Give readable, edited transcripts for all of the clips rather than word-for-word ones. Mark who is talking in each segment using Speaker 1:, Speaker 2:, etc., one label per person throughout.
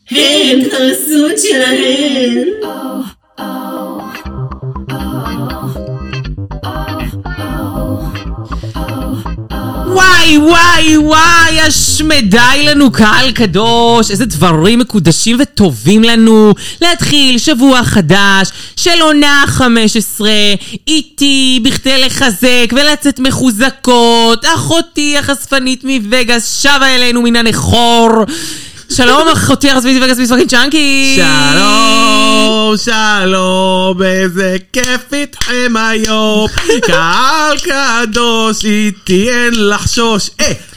Speaker 1: הם חסות שלהם.
Speaker 2: וואי וואי וואי, השמדי לנו קהל קדוש, איזה דברים מקודשים וטובים לנו להתחיל שבוע חדש של עונה 15 איתי בכדי לחזק ולצאת מחוזקות. אחותי החשפנית מווגאס שבה אלינו מן הנחור. שלום אחותי החשפנית מווגאס מספקית צ'אנקי.
Speaker 3: שלום, שלום, איזה כיף איתכם היום. קהל קדוש איתי אין לחשוש.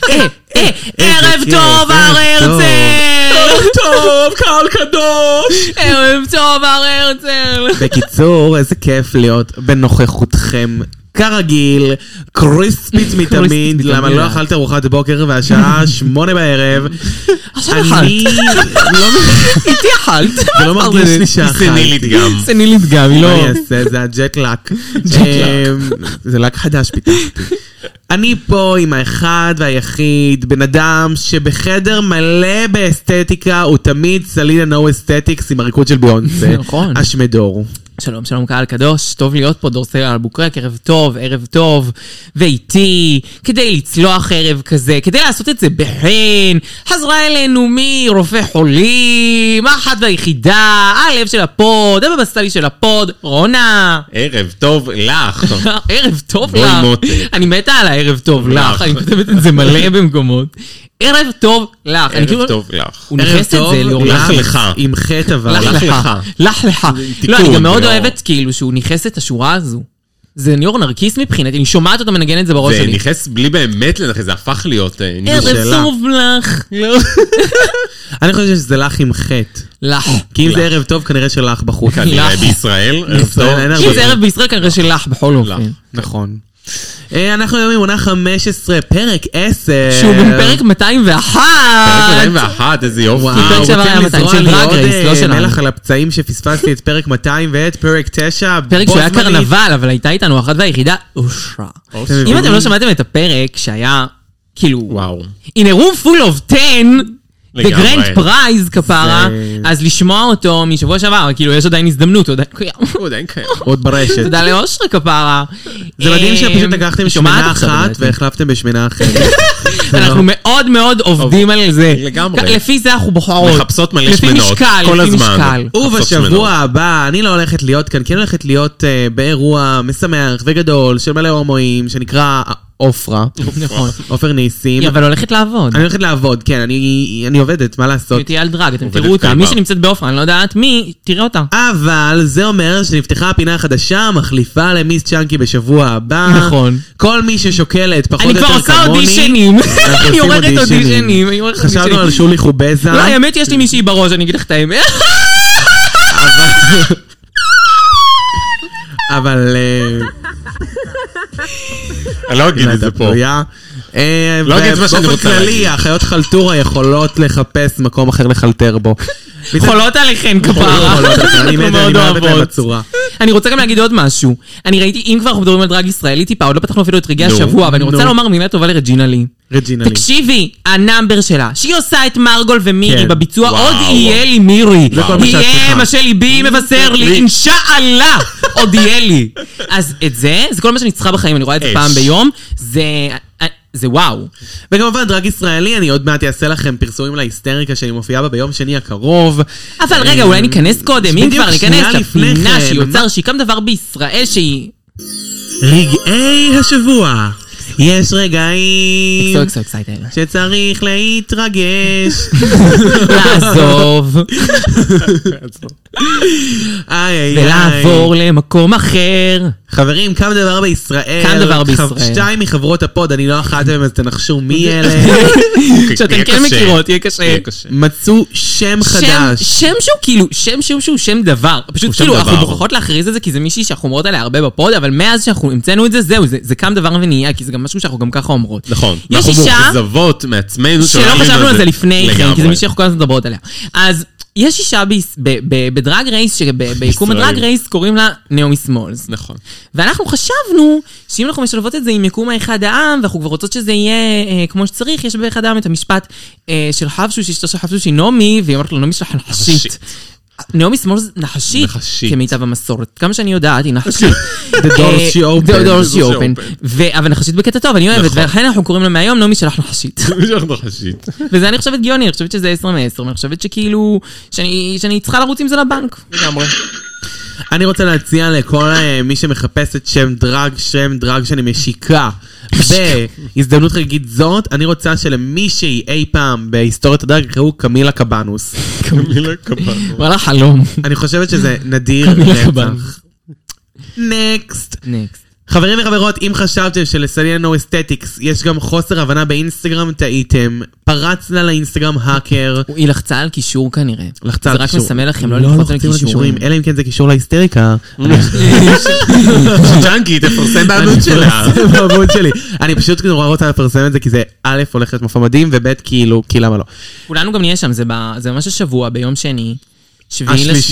Speaker 2: ערב טוב הר הרצל.
Speaker 3: ערב טוב, קהל קדוש.
Speaker 2: ערב טוב הר הרצל.
Speaker 3: בקיצור, איזה כיף להיות בנוכחותכם כרגיל, קריספית מתמיד. למה לא אכלת ארוחת בוקר והשעה 8 בערב?
Speaker 2: עכשיו אכלת. איתי אכלת.
Speaker 3: זה לא מרגיש לי שאכלתי.
Speaker 2: סנילית גם, היא לא...
Speaker 3: אני אעשה, זה הג'ט לק. זה לק חדש פיתחתי. אני פה עם האחד והיחיד, בן אדם שבחדר מלא באסתטיקה, הוא תמיד סלינה נו אסתטיקס עם הריקוד של ביונסה.
Speaker 2: נכון.
Speaker 3: השמדור.
Speaker 2: שלום, שלום קהל קדוש, טוב להיות פה דורסי אלבוקרק, ערב טוב, ואיתי, כדי לצלוח ערב כזה, כדי לעשות את זה בחן, חזרה אלינו מרופא חולים, האחת והיחידה, הלב של הפוד, הבבסטלי של הפוד, רונה.
Speaker 4: ערב טוב לך.
Speaker 2: ערב טוב
Speaker 4: בואי
Speaker 2: לך.
Speaker 4: מותק.
Speaker 2: אני מתה על הערב טוב לך, אני כותבת את זה מלא במקומות. ערב טוב לך.
Speaker 4: ערב טוב לך.
Speaker 2: הוא נכנס את זה ליאור.
Speaker 4: לך לך.
Speaker 3: עם חטא אבל.
Speaker 2: לך לך. לא, אני גם מאוד אוהבת כאילו שהוא נכנס את השורה הזו. זה ניור נרקיס מבחינת, אני שומעת אותו מנגן את זה בראש
Speaker 4: זה
Speaker 2: שלי.
Speaker 4: נכנס בלי באמת לנחס, זה הפך להיות...
Speaker 2: ערב טוב לך.
Speaker 3: אני חושב שזה לך עם חטא.
Speaker 2: לך.
Speaker 3: כי אם זה ערב טוב, כנראה שלך בחוץ.
Speaker 4: כנראה בישראל.
Speaker 2: אם זה ערב בישראל, כנראה שלך בכל אופן.
Speaker 3: נכון. אנחנו היום עם עונה 15, פרק 10.
Speaker 2: שהוא גם פרק 201.
Speaker 4: פרק 201, איזה יופי.
Speaker 2: פרק שעבר היה 200, של דרג רייס, לא שלנו.
Speaker 3: מלך על הפצעים שפספסתי את פרק 200 ואת פרק 9.
Speaker 2: פרק שהיה קרנבל, אבל הייתה איתנו אחת והיחידה, אושרה. אם אתם לא שמעתם את הפרק שהיה, כאילו,
Speaker 4: וואו.
Speaker 2: in a room full of 10, בגרנד פרייז כפרה, אז לשמוע אותו משבוע שעבר, כאילו יש עדיין הזדמנות, הוא עדיין קיים.
Speaker 3: עוד ברשת.
Speaker 2: תודה לאושרה כפרה.
Speaker 3: זה מדהים שפשוט לקחתם שמנה אחת והחלפתם בשמנה אחרת.
Speaker 2: אנחנו מאוד מאוד עובדים על זה.
Speaker 4: לגמרי.
Speaker 2: לפי זה אנחנו בוחרות.
Speaker 4: מחפשות מלא שמנות, כל הזמן.
Speaker 3: ובשבוע הבא, אני לא הולכת להיות כאן, כי אני הולכת להיות באירוע משמח וגדול של מלא הומואים, שנקרא... אופרה.
Speaker 2: נכון.
Speaker 3: אופר ניסים.
Speaker 2: אבל הולכת לעבוד.
Speaker 3: אני הולכת לעבוד, כן, אני עובדת, מה לעשות?
Speaker 2: תהיה על דרג, אתם תראו אותה. מי שנמצאת באופרה, אני לא יודעת מי, תראה אותה.
Speaker 3: אבל זה אומר שנפתחה הפינה החדשה, מחליפה למיס צ'אנקי בשבוע הבא.
Speaker 2: נכון.
Speaker 3: כל מי ששוקלת פחות או יותר כמוני.
Speaker 2: אני כבר עושה אודישנים. אני עורכת אודישנים.
Speaker 3: חשבנו על שולי חובזה.
Speaker 2: לא, האמת יש לי מישהי בראש, אני אגיד לך את האמת.
Speaker 3: אבל...
Speaker 4: אני לא אגיד את זה פה.
Speaker 3: לא אגיד מה שאני רוצה להגיד. כללי, האחיות חלטורה יכולות לחפש מקום אחר לחלטר בו.
Speaker 2: חולות עליכן כפרה.
Speaker 3: אני מאוד אוהבת להם בצורה.
Speaker 2: אני רוצה גם להגיד עוד משהו. אני ראיתי, אם כבר אנחנו מדברים על דרג ישראלי טיפה, עוד לא פתחנו אפילו את רגעי השבוע, אבל אני רוצה לומר מילה טובה לרג'ינה לי. תקשיבי, הנאמבר שלה, שהיא עושה את מרגול ומירי בביצוע, עוד יהיה לי מירי. יהיה מה שליבי מבשר לי, אינשאללה, עוד יהיה לי. אז את זה כל מה שאני צריכה בחיים, אני רואה את זה פעם ביום, זה וואו.
Speaker 3: וכמובן דרג ישראלי, אני עוד מעט אעשה לכם פרסומים להיסטריקה שאני מופיעה בה ביום שני הקרוב.
Speaker 2: אבל רגע, אולי ניכנס קודם, אם כבר ניכנס לפינה שיוצר שיקם דבר בישראל שהיא...
Speaker 3: רגעי השבוע. יש רגעים
Speaker 2: שצריך
Speaker 3: להתרגש,
Speaker 2: לעזוב ולעבור למקום אחר.
Speaker 3: חברים, כמה דבר בישראל. שתיים מחברות הפוד, אני לא אחת מהם, אז תנחשו מי אלה.
Speaker 2: שאתם כן מכירות, יהיה קשה.
Speaker 3: מצאו שם חדש.
Speaker 2: שם שהוא כאילו, שם שהוא שם דבר. פשוט כאילו, אנחנו מוכרחות להכריז את זה, כי זה מישהי שאנחנו אומרות עליה הרבה בפוד, אבל מאז שאנחנו המצאנו את זה, זהו, זה קם דבר ונהיה, כי זה גם משהו שאנחנו גם ככה אומרות.
Speaker 4: נכון. אנחנו מאוכזבות מעצמנו.
Speaker 2: שלא חשבנו על זה לפני כן, כי זה מישהי שאנחנו כל הזמן מדברות עליה. אז יש אישה בדרג רייס, ביקום הדרג רייס קוראים לה נעמי סמולס.
Speaker 4: נכון.
Speaker 2: ואנחנו חשבנו שאם אנחנו משלבות את זה עם יקום האחד העם, ואנחנו כבר רוצות שזה יהיה כמו שצריך, יש באחד העם את המשפט של חבשוש, אשתו של חבשוש היא נעמי, והיא אומרת לו, נעמי שלך נחשית. נעמי סמולס נחשית, כמיטב המסורת. כמה שאני יודעת, היא נחשית.
Speaker 3: The doors she opened.
Speaker 2: אבל נחשית בקטע טוב, אני אוהבת, ולכן אנחנו קוראים לה מהיום, נעמי שלך נחשית. וזה אני חושבת גאוני, אני חושבת שזה 10 מ-10, אני חושבת שכאילו, שאני צריכה לרוץ עם זה לבנק.
Speaker 3: אני רוצה להציע לכל מי שמחפשת שם דרג שאני משיקה. בהזדמנות חגיגית זאת, אני רוצה שלמישהי אי פעם בהיסטוריית הדרג יקראו קמילה קבנוס.
Speaker 4: קמילה קבנוס.
Speaker 2: וואלה חלום.
Speaker 3: אני חושבת שזה נדיר.
Speaker 2: קמילה קבנוס.
Speaker 3: נקסט. חברים וחברות, אם חשבתם שלסלינה נו אסתטיקס יש גם חוסר הבנה באינסטגרם, טעיתם. פרץ לה לאינסטגרם האקר.
Speaker 2: היא לחצה על קישור כנראה.
Speaker 3: לחצה על קישור.
Speaker 2: זה רק מסמל לכם, לא לחצה על קישורים.
Speaker 3: אלא אם כן זה קישור להיסטריקה.
Speaker 4: ג'אנקי, תפרסם בעמוד שלה.
Speaker 3: בעמוד שלי. אני פשוט נורא רוצה לפרסם את זה, כי זה א' הולך להיות מופע מדהים, וב' כאילו, כי למה לא?
Speaker 2: כולנו גם נהיה שם, זה ממש השבוע, ביום שני. 6/3,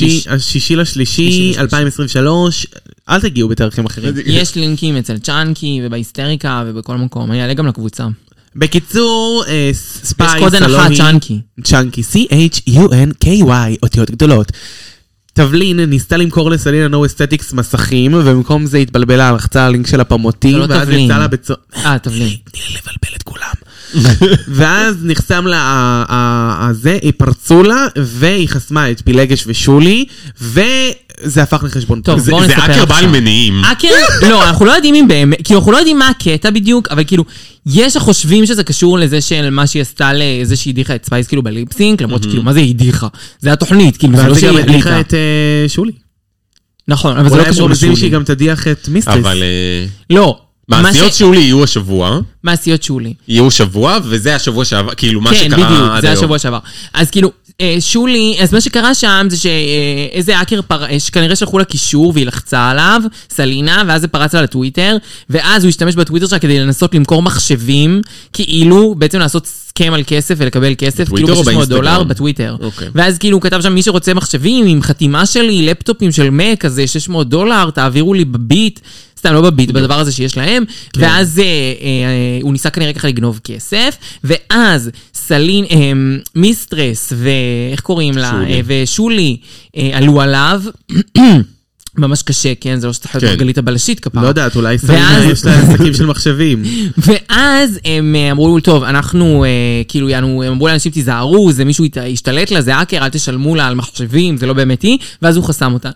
Speaker 3: 2023, אל תגיעו בתאריכים אחרים.
Speaker 2: יש לינקים אצל צ'אנקי ובהיסטריקה ובכל מקום, אני אעלה גם לקבוצה.
Speaker 3: בקיצור, ספייס,
Speaker 2: יש קוד הנחה צ'אנקי.
Speaker 3: צ'אנקי, C-H-U-N-K-Y, אותיות גדולות. תבלין ניסתה למכור לסלינה נו אסתטיקס מסכים, ובמקום זה התבלבלה, לחצה על לינק של הפמוטים, ואז יצא לה
Speaker 2: תבלין.
Speaker 3: תני לי לבלבל את כולם. ואז נחסם לה זה, היא פרצו לה, והיא חסמה את פילגש ושולי, וזה הפך לחשבון.
Speaker 2: טוב, בואו נספר.
Speaker 4: זה אקר בעל מניעים.
Speaker 2: לא, אנחנו לא יודעים אם באמת, כאילו אנחנו לא יודעים מה הקטע בדיוק, אבל כאילו, יש החושבים שזה קשור לזה של מה שהיא עשתה לזה שהיא הדיחה את ספייס כאילו בליפסינק, למרות שכאילו, מה זה היא הדיחה? זה התוכנית, כאילו, זה לא שהיא
Speaker 3: הדיחה. ואז היא גם הדיחה את שולי.
Speaker 2: נכון, אבל זה לא קשור
Speaker 3: לשולי. שהיא גם תדיח את מיסטריס.
Speaker 4: אבל...
Speaker 2: לא.
Speaker 4: מעשיות שולי יהיו השבוע.
Speaker 2: מעשיות שולי.
Speaker 4: יהיו שבוע, וזה השבוע שעבר, כאילו מה שקרה עד היום.
Speaker 2: כן, בדיוק, זה השבוע שעבר. אז כאילו, שולי, אז מה שקרה שם זה שאיזה אקר שכנראה שלחו לה קישור והיא לחצה עליו, סלינה, ואז זה פרץ לה לטוויטר, ואז הוא השתמש בטוויטר שלה כדי לנסות למכור מחשבים, כאילו בעצם לעשות סקם על כסף ולקבל כסף, כאילו $600 בטוויטר. ואז כאילו הוא כתב שם מי שרוצה מחשבים עם חתימה שלי, לפטופים של מק, אז $600, תעבירו לי בביט, סתם לא בביט, בדבר הזה שיש להם, ואז הוא ניסה כנראה ככה לגנוב כסף, ואז סלין, מיסטרס, ואיך קוראים לה, ושולי עלו עליו, ממש קשה, כן? זה לא שתחת מרגלית הבלשית כפרה.
Speaker 3: לא יודעת, אולי סלינה יש לה עסקים של מחשבים.
Speaker 2: ואז הם אמרו, טוב, אנחנו, כאילו, הם אמרו לאנשים, תיזהרו, זה מישהו ישתלט לה, זה אקר, אל תשלמו לה על מחשבים, זה לא באמת היא, ואז הוא חסם אותה.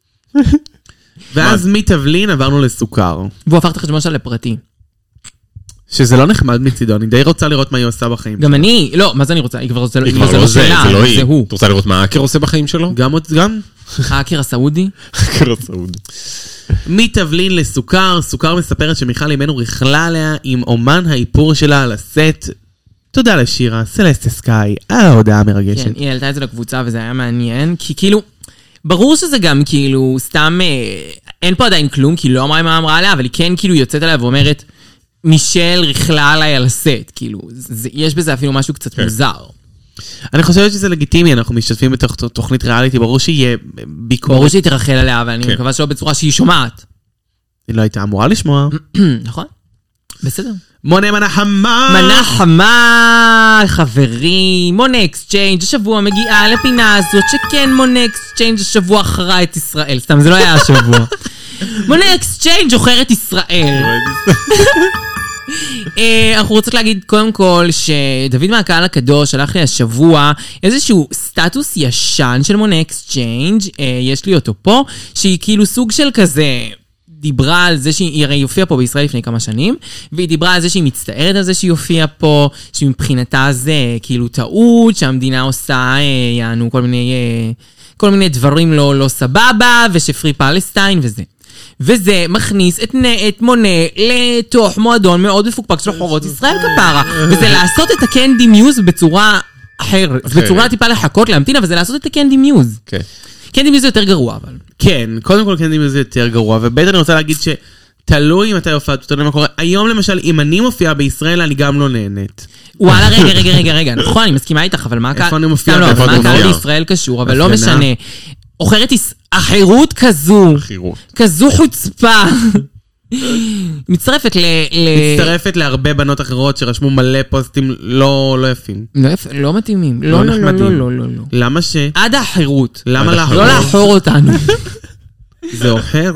Speaker 3: ואז מתבלין עברנו לסוכר.
Speaker 2: והוא הפך את החשבון שלה לפרטי.
Speaker 3: שזה לא נחמד מצידו, אני די רוצה לראות מה היא עושה בחיים
Speaker 2: שלו. גם אני, לא, מה זה אני רוצה? היא כבר רוצה,
Speaker 4: זה לא היא. אתה רוצה לראות מה האקר עושה בחיים שלו?
Speaker 3: גם.
Speaker 2: האקר הסעודי?
Speaker 4: האקר הסעודי.
Speaker 3: מתבלין לסוכר, סוכר מספרת שמיכל אימנו רכלה עליה עם אומן האיפור שלה על הסט. תודה לשירה, סלסטה סקאי, ההודעה המרגשת.
Speaker 2: כן, היא העלתה את זה לקבוצה וזה היה מעניין, כי כאילו, ברור שזה גם כאילו, סתם, אין פה עדיין כלום, כי לא אמרה מה אמרה עליה, אבל היא כן כאילו יוצאת עליה ואומרת, מישל רכלה עליי על הסט, כאילו, יש בזה אפילו משהו קצת מוזר.
Speaker 3: אני חושבת שזה לגיטימי, אנחנו משתתפים בתוך תוכנית ריאליטי, ברור שיהיה ביקורת.
Speaker 2: ברור שהיא תרחל עליה, אבל אני מקווה שלא בצורה שהיא שומעת.
Speaker 3: היא לא הייתה אמורה לשמוע.
Speaker 2: נכון, בסדר.
Speaker 3: מונה מנה חמה.
Speaker 2: מנה חמה, חברים. מונה אקסצ'יינג' השבוע מגיעה לפינה הזאת שכן מונה אקסצ'יינג' השבוע אחרה את ישראל. סתם, זה לא היה השבוע. מונה אקסצ'יינג' אוכר את ישראל. אנחנו רוצות להגיד קודם כל שדוד מהקהל הקדוש שלח לי השבוע איזשהו סטטוס ישן של מונה אקסצ'יינג', יש לי אותו פה, שהיא כאילו סוג של כזה... דיברה על זה שהיא הרי הופיעה פה בישראל לפני כמה שנים, והיא דיברה על זה שהיא מצטערת על זה שהיא הופיעה פה, שמבחינתה זה כאילו טעות, שהמדינה עושה יענו כל מיני דברים לא סבבה, ושפרי פלסטיין וזה. וזה מכניס את מונה לתוך מועדון מאוד מפוקפק של חורות ישראל כפרה, וזה לעשות את הקנדי מיוז בצורה אחרת, בצורה טיפה לחכות להמתין, אבל זה לעשות את הקנדי מיוז. כן. קנדי מיוז זה יותר גרוע, אבל.
Speaker 3: כן, קודם כל קנדי מיוז זה יותר גרוע, ובית אני רוצה להגיד תלוי מתי הופעת, אתה יודע מה קורה. היום למשל, אם אני מופיעה בישראל, אני גם לא נהנית.
Speaker 2: וואלה, רגע, נכון, אני מסכימה איתך, אבל מה הקהל...
Speaker 3: איפה אני מופיעה?
Speaker 2: מה הקהל בישראל קשור, אבל לא משנה. אוכרת החירות כזו, כזו חוצפה. מצטרפת
Speaker 3: להרבה בנות אחרות שרשמו מלא פוסטים לא יפים.
Speaker 2: לא מתאימים. לא.
Speaker 3: למה ש...
Speaker 2: עד החירות.
Speaker 3: למה לאחור?
Speaker 2: לא לאחור אותנו.
Speaker 3: זה אוחר.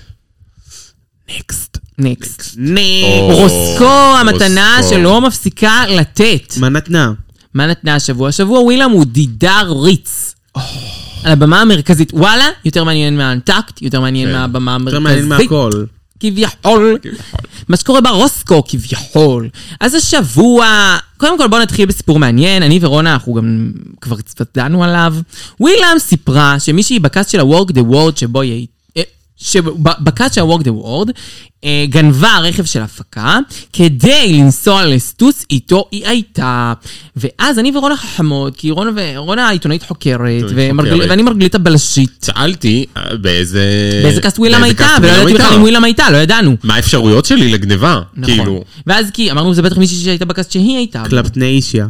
Speaker 2: נקסט. רוסקו, המתנה שלא מפסיקה לתת.
Speaker 3: מה נתנה?
Speaker 2: השבוע? השבוע ווילם הוא דידר ריץ. על הבמה המרכזית. וואלה, יותר מעניין מהאנטקט, יותר מעניין מהבמה המרכזית.
Speaker 3: יותר מעניין מהכל.
Speaker 2: כביכול. מה שקורה ברוסקו, כביכול. אז השבוע... קודם כל בואו נתחיל בסיפור מעניין. אני ורונה, אנחנו גם כבר קצת דנו עליו. ווילם סיפרה שמישהי בקאסט של ה-Walk the World שבו היא... שבקאסט של ה-Walk the World גנבה רכב של הפקה כדי לנסוע לסטוץ איתו היא הייתה. ואז אני ורונה חכמות, כי רונה העיתונאית חוקרת, ואני מרגלית הבלשית.
Speaker 4: שאלתי
Speaker 2: באיזה קאסט ווילם הייתה, ולא ידעתי בכלל אם ווילם הייתה, לא ידענו.
Speaker 4: מה האפשרויות שלי לגניבה?
Speaker 2: נכון. ואז כי אמרנו זה בטח מישהי שהייתה בקאסט שהיא הייתה.
Speaker 3: קלפנאישיה.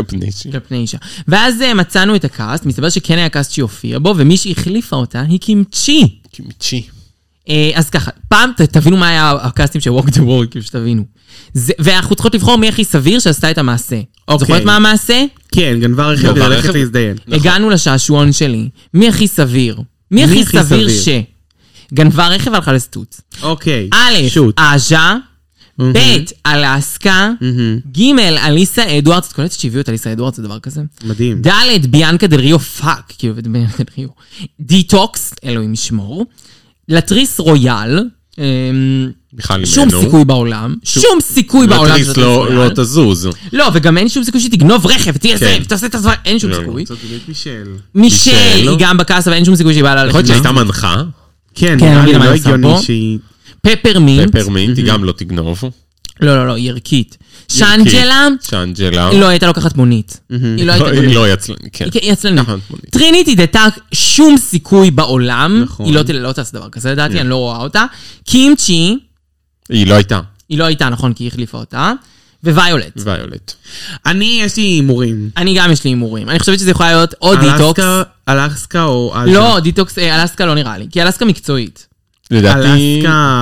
Speaker 2: ואז מצאנו את הקאסט, מסתבר שכן היה קאסט שהופיע בו, ומי שהחליפה אותה היא קימצ'י. אז ככה, פעם תבינו מה היה הקאסטים של Walk the World, כאילו שתבינו. ואנחנו צריכות לבחור מי הכי סביר שעשתה את המעשה. זוכרת מה המעשה?
Speaker 3: כן, גנבה רכב וללכת להזדיין.
Speaker 2: הגענו לשעשועון שלי. מי הכי סביר? מי הכי סביר גנבה רכב והלכה לסטוץ.
Speaker 3: אוקיי.
Speaker 2: א', אז'ה, ב', אלסקה, ג', אליסה אדוארדס, את קולטת שהביאו את אליסה אדוארדס, זה דבר כזה?
Speaker 3: מדהים.
Speaker 2: ד', ביאנקה דל ריו, פאק, כאילו, ביאנקה דל ריו. דיטוקס, אלוהים ישמור. לטריס רויאל, שום סיכוי בעולם, שום סיכוי בעולם.
Speaker 4: לטריס לא תזוז.
Speaker 2: לא, וגם אין שום סיכוי שתגנוב רכב, ותהיה זה, ותעשה את הזמן, אין שום סיכוי. מישל, היא גם בקאסה, ואין שום סיכוי שהיא באה ללכת.
Speaker 4: יכול להיות שהייתה מנחה?
Speaker 3: כן, נראה לי לא הגיוני שהיא...
Speaker 2: פפרמינט,
Speaker 4: היא גם לא תגנוב.
Speaker 2: לא, היא ערכית. שאנג'לה, לא, הייתה לוקחת מונית. היא לא הייתה מונית.
Speaker 4: היא לא יצלנית.
Speaker 2: היא יצלנית. טריניטי דטק, שום סיכוי בעולם. היא לא תעשה דבר כזה, לדעתי, אני לא רואה אותה. קימצ'י.
Speaker 4: היא לא הייתה.
Speaker 2: היא לא הייתה, נכון, כי היא החליפה אותה. וויולט.
Speaker 3: יש לי הימורים.
Speaker 2: אני גם יש לי הימורים. אני חושבת שזה יכול להיות או דיטוקס.
Speaker 3: אלסקה או אז'ה.
Speaker 2: לא, דיטוקס, אלסקה לא נראה לי. כי אלסקה מקצועית.
Speaker 4: לדעתי...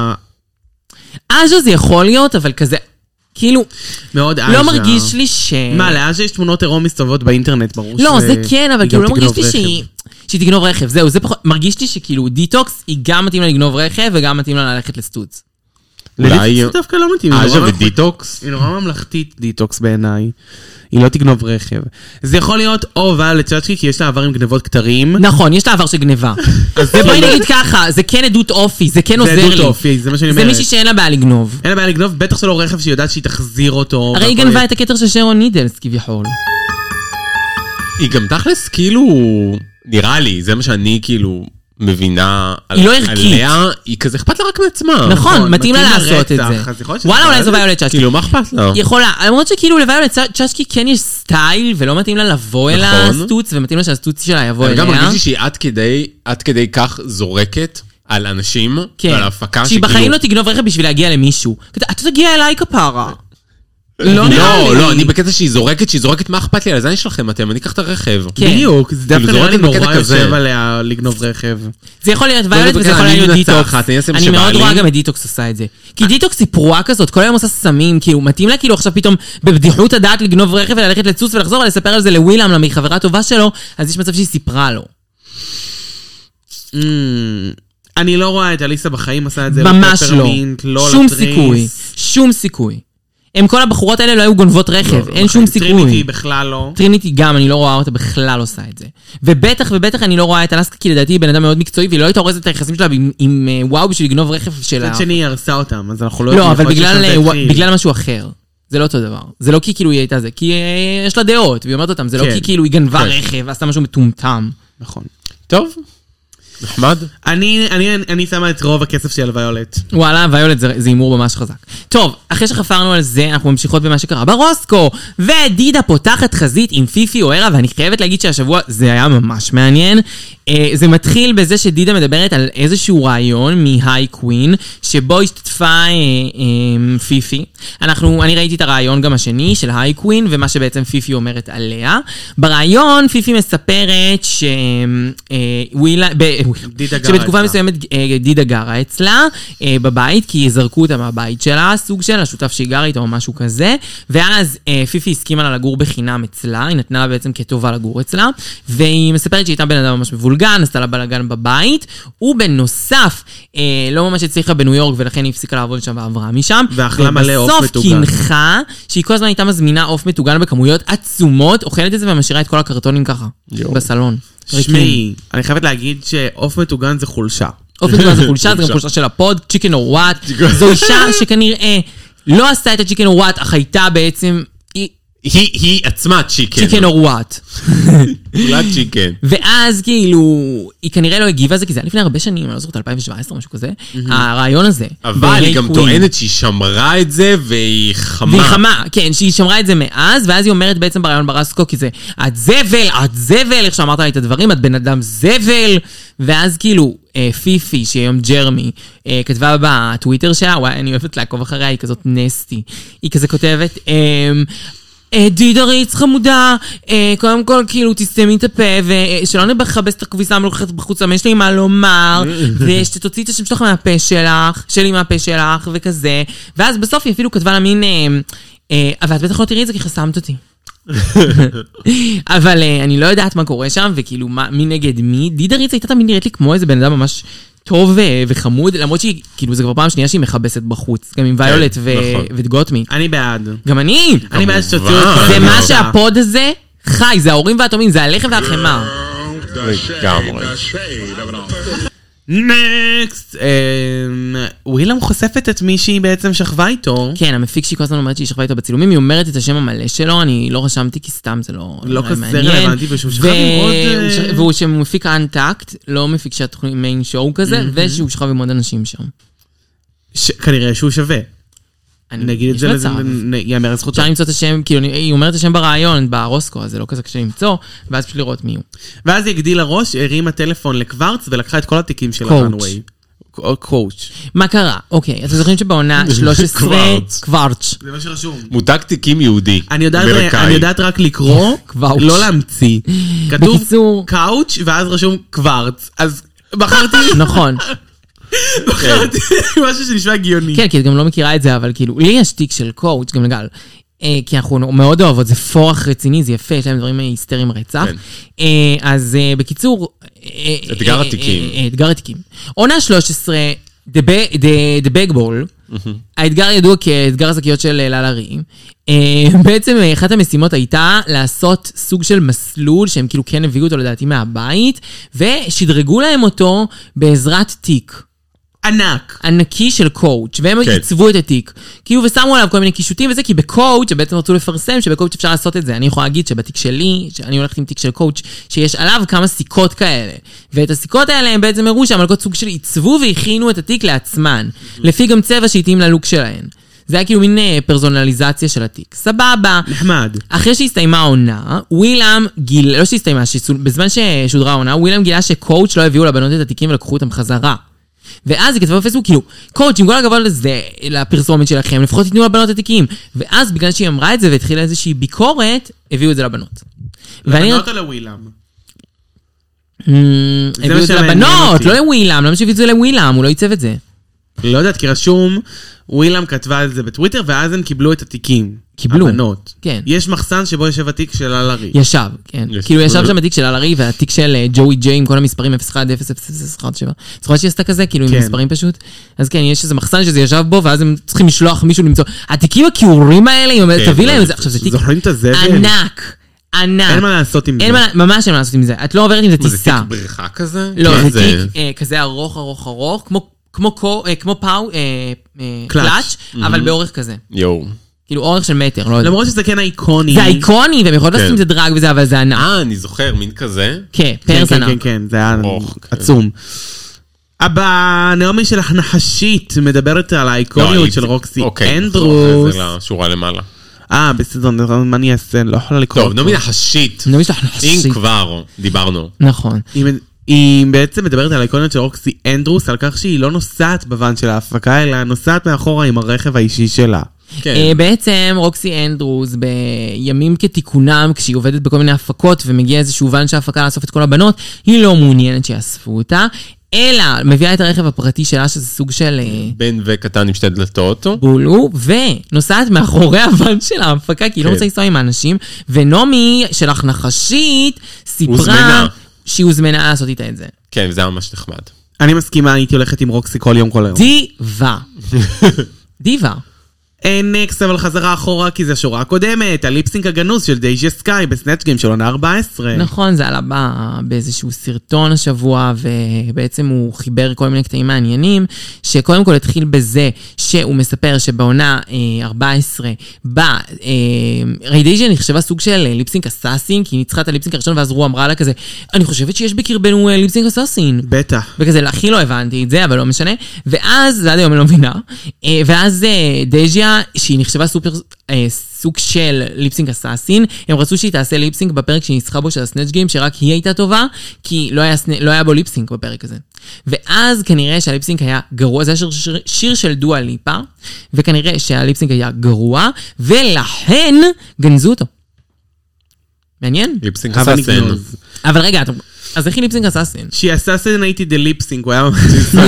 Speaker 2: אז'ה זה יכול להיות, אבל כזה, כאילו,
Speaker 3: מאוד אז'ה.
Speaker 2: לא מרגיש לי ש...
Speaker 3: מה, לאז'ה יש תמונות עירום מסתובבות באינטרנט, ברור
Speaker 2: לא, זה כן, אבל כאילו לא מרגיש לי שהיא תגנוב רכב. זהו, זה פחות, מרגיש לי שכאילו דיטוקס, היא גם מתאים לה לגנוב רכב, וגם מתאים לה ללכת לסטוץ.
Speaker 3: אולי... זה דווקא לא מתאים.
Speaker 4: אז'ה ודיטוקס?
Speaker 3: היא נורא ממלכתית, דיטוקס בעיניי. היא לא תגנוב רכב. זה יכול להיות או ויולט צ'אצ'קי, כי יש לה עבר עם גנבות כתרים.
Speaker 2: נכון, יש לה עבר של גניבה. ובואי נגיד ככה, זה כן עדות אופי, זה כן עוזר לי. זה עדות אופי,
Speaker 3: זה מה שאני אומרת.
Speaker 2: זה מישהי שאין לה בעיה לגנוב.
Speaker 3: אין לה בעיה לגנוב, בטח שלא רכב שהיא יודעת שהיא תחזיר אותו.
Speaker 2: הרי היא גנבה את הכתר של שרון נידלס, כביכול.
Speaker 4: היא גם תכלס כאילו, נראה לי, זה מה שאני כאילו... מבינה
Speaker 2: היא לא ערכית.
Speaker 4: עליה, היא כזה אכפת לה רק מעצמה.
Speaker 2: נכון, מתאים לה לעשות את זה. וואלה, אולי זו ויולט צ'אצ'קי.
Speaker 4: כאילו, מה אכפת לה?
Speaker 2: יכולה, למרות שכאילו לויולט צ'אצ'קי כן יש סטייל, ולא מתאים לה לבוא אל הסטוץ, ומתאים לה שהסטוץ שלה יבוא אליה.
Speaker 4: אני גם מרגיש שהיא עד כדי כך זורקת על אנשים, ועל ההפקה
Speaker 2: שהיא בחיים לא תגנוב רכב בשביל להגיע למישהו. אתה תגיע אליי כפרה.
Speaker 4: לא, אני בקטע שהיא זורקת מה אכפת לי, על זה יש לכם אתם, אני אקח את הרכב.
Speaker 3: בדיוק, זה דווקא נראה לי נורא יושב עליה לגנוב רכב.
Speaker 2: זה יכול להיות ויולט וזה יכול להיות דיטוקס. אני מאוד רואה גם את דיטוקס עושה את זה. כי דיטוקס היא פרועה כזאת, כל היום עושה סמים, כאילו מתאים לה כאילו עכשיו פתאום בבדיחות הדעת לגנוב רכב וללכת לצוץ ולחזור ולספר על זה לווילם, לחברה טובה שלו, אז יש מצב שהיא סיפרה לו.
Speaker 3: אני לא רואה את אליסה בחיים עושה את זה.
Speaker 2: ממש לא. שום סיכוי. הם כל הבחורות האלה לא היו גונבות רכב, אין שום סיכוי.
Speaker 3: טריניטי בכלל לא.
Speaker 2: טריניטי גם, אני לא רואה אותה בכלל עושה את זה. ובטח אני לא רואה את אלסקה, כי לדעתי היא בן אדם מאוד מקצועי, והיא לא הייתה הורסת את היחסים שלה עם וואו בשביל לגנוב רכב שלה.
Speaker 3: קצת שני היא הרסה אותם, אז אנחנו
Speaker 2: לא אבל בגלל משהו אחר. זה לא אותו דבר. זה לא כי כאילו היא הייתה זה, כי יש לה דעות, והיא אומרת אותם, זה לא כי כאילו היא גנבה רכב, ועשתה משהו מטומטם.
Speaker 3: נכון.
Speaker 4: טוב. נחמד.
Speaker 3: אני שמה את רוב הכסף שלי על ויולט.
Speaker 2: וואלה, ויולט זה הימור ממש חזק. טוב, אחרי שחפרנו על זה, אנחנו ממשיכות במה שקרה ברוסקו, ודידה פותחת חזית עם פיפי אוהרה, ואני חייבת להגיד שהשבוע זה היה ממש מעניין. זה מתחיל בזה שדידה מדברת על איזשהו רעיון מהי קווין, שבו השתתפה פיפי. אני ראיתי את הרעיון גם השני של היי קווין, ומה שבעצם פיפי אומרת עליה. ברעיון פיפי מספרת שבתקופה מסוימת דידה גרה אצלה בבית, כי זרקו אותה מהבית שלה, סוג של השותף שהיא גרה איתה או משהו כזה, ואז פיפי הסכימה לה לגור בחינם אצלה, היא נתנה לה בעצם כטובה לגור אצלה, והיא מספרת שהיא הייתה בן אדם ממש מבולגן, עשתה לה בלגן בבית, ובנוסף לא ממש הצליחה בניו יורק, ולכן היא הפסיקה לעבוד שם ועברה משם,
Speaker 3: ואכלה מלא עוף
Speaker 2: ובסוף
Speaker 3: מטוגן.
Speaker 2: קינחה שהיא כל הזמן הייתה מזמינה עוף מטוגן בכמויות עצומות, אוכלת את זה ומשאירה את כל הקרטונים ככה בסלון.
Speaker 3: שמי, אני חייבת להגיד שעוף מטוגן זה חולשה.
Speaker 2: עוף מטוגן זה חולשה, זה גם חולשה של הפוד, צ'יקן או וואט. זו אישה שכנראה לא עשתה את הצ'יקן או וואט, אך הייתה בעצם
Speaker 4: היא עצמה צ'יקן.
Speaker 2: צ'יקן או וואט.
Speaker 4: כולה צ'יקן.
Speaker 2: ואז כאילו, היא כנראה לא הגיבה זה, כי זה היה לפני הרבה שנים, אני לא זוכרת, 2017 משהו כזה, הרעיון הזה.
Speaker 4: אבל היא גם טוענת שהיא שמרה את זה, והיא חמה.
Speaker 2: והיא חמה, כן, שהיא שמרה את זה מאז, ואז היא אומרת בעצם ברעיון ברסקו, כי זה, את זבל, איך שאמרת לי את הדברים, את בן אדם זבל, ואז כאילו, פיפי, שהיא היום ג'רמי, כתבה בטוויטר שלה, וואי, אני אוהבת לעקוב אחריה, היא כזאת נסטי. היא כזה כותבת, דידה ריץ חמודה, קודם כל כאילו תסתמי את הפה, ושלא נבחבס את הכביסה המלוכת בחוץ, יש לי מה לומר, ושתוציא את השם שלך מהפה שלך, שלי מהפה שלך, וכזה. ואז בסוף היא אפילו כתבה לה מין, אבל את בטח לא תראי את זה כי חסמת אותי. אבל אני לא יודעת מה קורה שם, וכאילו מי נגד מי. דידה ריץ הייתה תמיד נראית לי כמו איזה בן אדם ממש טוב וחמוד, למרות שהיא, כאילו זה כבר פעם שנייה שהיא מחבסת בחוץ, גם עם ויולט וגוטמי.
Speaker 3: אני בעד.
Speaker 2: גם אני
Speaker 3: בעד שתוציאו את
Speaker 2: זה מה שהפוד הזה חי, זה ההורים והתומים, זה הלחם והחמאה.
Speaker 4: לגמרי.
Speaker 3: נקסט. ווילם חושפת את מי שהיא בעצם שכבה איתו.
Speaker 2: כן, המפיק שהיא כל הזמן אומרת שהיא שכבה איתו בצילומים, היא אומרת את השם המלא שלו, אני לא רשמתי כי סתם זה לא
Speaker 3: כזה רלוונטי, ושהוא שכב עם עוד...
Speaker 2: והוא שמפיק האנטקט, לא מפיק שהתוכנית מיין שואו כזה, ושהוא שכב עם עוד אנשים שם.
Speaker 3: כנראה שהוא שווה. נגיד את זה לזה, יאמר על זכותו.
Speaker 2: אפשר למצוא את השם, כאילו היא אומרת את השם ברעיון, ברוסקו, אז זה לא כזה קשה למצוא, ואז פשוט לראות מי הוא.
Speaker 3: ואז היא הגדילה ראש, הרימה טלפון לקוורץ, ולקחה את כל התיקים של הראנווי. קואוץ'.
Speaker 2: מה קרה? אוקיי, אתם זוכרים שבעונה 13 קוורץ'.
Speaker 3: זה מה שרשום.
Speaker 4: מותג תיקים יהודי.
Speaker 3: אני יודעת רק לקרוא, לא להמציא. כתוב קאוץ' ואז רשום קוורץ. אז בחרתי...
Speaker 2: נכון.
Speaker 3: משהו שנשמע גיוני.
Speaker 2: כן, כי את גם לא מכירה את זה, אבל כאילו, לי יש תיק של קואוץ' גם לגל, כי אנחנו מאוד אוהבות, זה פורח רציני, זה יפה, יש להם דברים היסטריים רצח. אז בקיצור...
Speaker 4: אתגר התיקים.
Speaker 2: אתגר התיקים. עונה 13, The Bag Ball, האתגר ידוע כאתגר הזכיות של ללרי, בעצם אחת המשימות הייתה לעשות סוג של מסלול, שהם כאילו כן הביאו אותו לדעתי מהבית, ושדרגו להם אותו בעזרת תיק. ענקי של קואוץ', והם ייצבו את התיק. כאילו, ושמו עליו כל מיני קישוטים וזה, כי בקואוץ' שבעצם רצו לפרסם, שבקואוץ' אפשר לעשות את זה. אני יכולה להגיד שבתיק שלי, שאני הולכת עם תיק של קואוץ', שיש עליו כמה סיכות כאלה. ואת הסיכות האלה הם בעצם הראו שהמלכות סוג של ייצבו והכינו את התיק לעצמן. לפי גם צבע שהתאים ללוק שלהן. זה היה כאילו מין פרסונליזציה של התיק. סבבה.
Speaker 3: נחמד.
Speaker 2: אחרי שהסתיימה העונה, ווילם גילה, לא שהסתיימה, בזמן ששודרה העונה, ווילם גילה שקואוץ' לא הביאו לבנות את התיקים ולקחו אותם חזרה. ואז היא כתבה בפייסבוק, כאילו, קואוץ' עם כל הכבוד לזה, לפרסומת שלכם, לפחות תיתנו לבנות התיקים. ואז בגלל שהיא אמרה את זה והתחילה איזושהי ביקורת, הביאו את זה לבנות.
Speaker 3: לבנות או לווילם?
Speaker 2: הביאו את זה לבנות, לא לווילם, למה שהביאו את זה לווילם, הוא לא ייצב את זה.
Speaker 3: לא יודעת, כי רשום, ווילם כתבה את זה בטוויטר, ואז הם קיבלו את התיקים.
Speaker 2: קיבלו.
Speaker 3: הבנות.
Speaker 2: כן.
Speaker 3: יש מחסן שבו יושב התיק של ללרי.
Speaker 2: ישב, כן. כאילו ישב שם התיק של ללרי, והתיק של ג'וי ג'יי עם כל המספרים 010017. זוכרת שהיא עשתה כזה, כאילו עם מספרים פשוט? אז כן, יש איזה מחסן שזה ישב בו, ואז הם צריכים לשלוח מישהו למצוא. התיקים הכיעורים האלה, היא אומרת, תביא להם את זה. עכשיו זה תיק ענק. ענק.
Speaker 3: אין מה לעשות עם זה.
Speaker 2: ממש אין מה לעשות עם זה. את לא עוברת עם זה טיסה.
Speaker 4: זה תיק בריכה כזה?
Speaker 2: לא, זה תיק כזה ארוך, כמו קלאץ', אבל באורך כזה.
Speaker 4: יואו.
Speaker 2: כאילו אורך של מטר, לא יודע.
Speaker 3: למרות שזה כן אייקוני.
Speaker 2: זה אייקוני, והם יכולים לשים את זה דרג וזה, אבל זה ענק.
Speaker 4: אני זוכר, מין כזה.
Speaker 2: כן,
Speaker 3: כן,
Speaker 2: פרס
Speaker 3: כן,
Speaker 2: ענק.
Speaker 3: כן, כן, זה היה
Speaker 4: אוח, כן.
Speaker 3: עצום. הבא, נעמי שלך נחשית, מדברת על האייקוניות של רוקסי אנדרוס.
Speaker 4: זה לשורה למעלה.
Speaker 3: בסדר, מה אני אעשה? לא יכולה לקרוא.
Speaker 4: טוב, נעמי נחשית.
Speaker 2: נעמי שלך נחשית.
Speaker 4: אם כבר דיברנו.
Speaker 2: נכון.
Speaker 3: היא בעצם מדברת על האייקוניות של רוקסי אנדרוס, על כך שהיא לא נוסעת בוואן של ההפקה, אלא נוסעת מאחורה עם הרכב האישי שלה.
Speaker 2: בעצם רוקסי אנדרוס בימים כתיקונם, כשהיא עובדת בכל מיני הפקות ומגיע איזשהו ואן שההפקה לאסוף את כל הבנות, היא לא מעוניינת שיאספו אותה, אלא מביאה את הרכב הפרטי שלה, שזה סוג של
Speaker 4: בן וקטן עם שתי דלתות.
Speaker 2: בולו, ונוסעת מאחורי הוואן של ההפקה, כי היא לא רוצה לנסוע עם האנשים, ונעמי שלך נחשית סיפרה שהיא הוזמנה לעשות איתה את זה.
Speaker 4: כן, וזה היה ממש נחמד.
Speaker 3: אני מסכימה, הייתי הולכת עם רוקסי כל יום כל היום.
Speaker 2: דיבה. דיבה.
Speaker 3: נקסט, אבל חזרה אחורה, כי זה השורה הקודמת, הליפסינק הגנוז של דייג'ה סקאי בסנאצ' גיים של עונה 14.
Speaker 2: נכון, זה עלה באיזשהו סרטון השבוע, ובעצם הוא חיבר כל מיני קטעים מעניינים, שקודם כל התחיל בזה שהוא מספר שבעונה 14, דייג'ה נחשבה סוג של ליפסינק אסאסין, כי היא ניצחה את הליפסינק הראשון, ואז רו אמרה לה כזה, אני חושבת שיש בקרבנו ליפסינק אסאסין.
Speaker 3: בטח.
Speaker 2: וכזה, הכי לא הבנתי את זה, אבל לא משנה. ואז, זה עד היום אני לא מבינה, ואז דייג'ה, שהיא נחשבה סוג של ליפסינק אסאסין, הם רצו שהיא תעשה ליפסינק בפרק שהיא ניצחה בו של הסנאצ' גיים, שרק היא הייתה טובה, כי לא היה בו ליפסינק בפרק הזה. ואז כנראה שהליפסינק היה גרוע, זה היה שיר של דואה ליפה, וכנראה שהליפסינק היה גרוע, ולכן גנזו אותו. מעניין?
Speaker 4: ליפסינק אסאסין.
Speaker 2: אבל רגע, אז איך היא ליפסינק אסאסין?
Speaker 3: שהיא אסאסינטי דה ליפסינק, הוא היה ממש...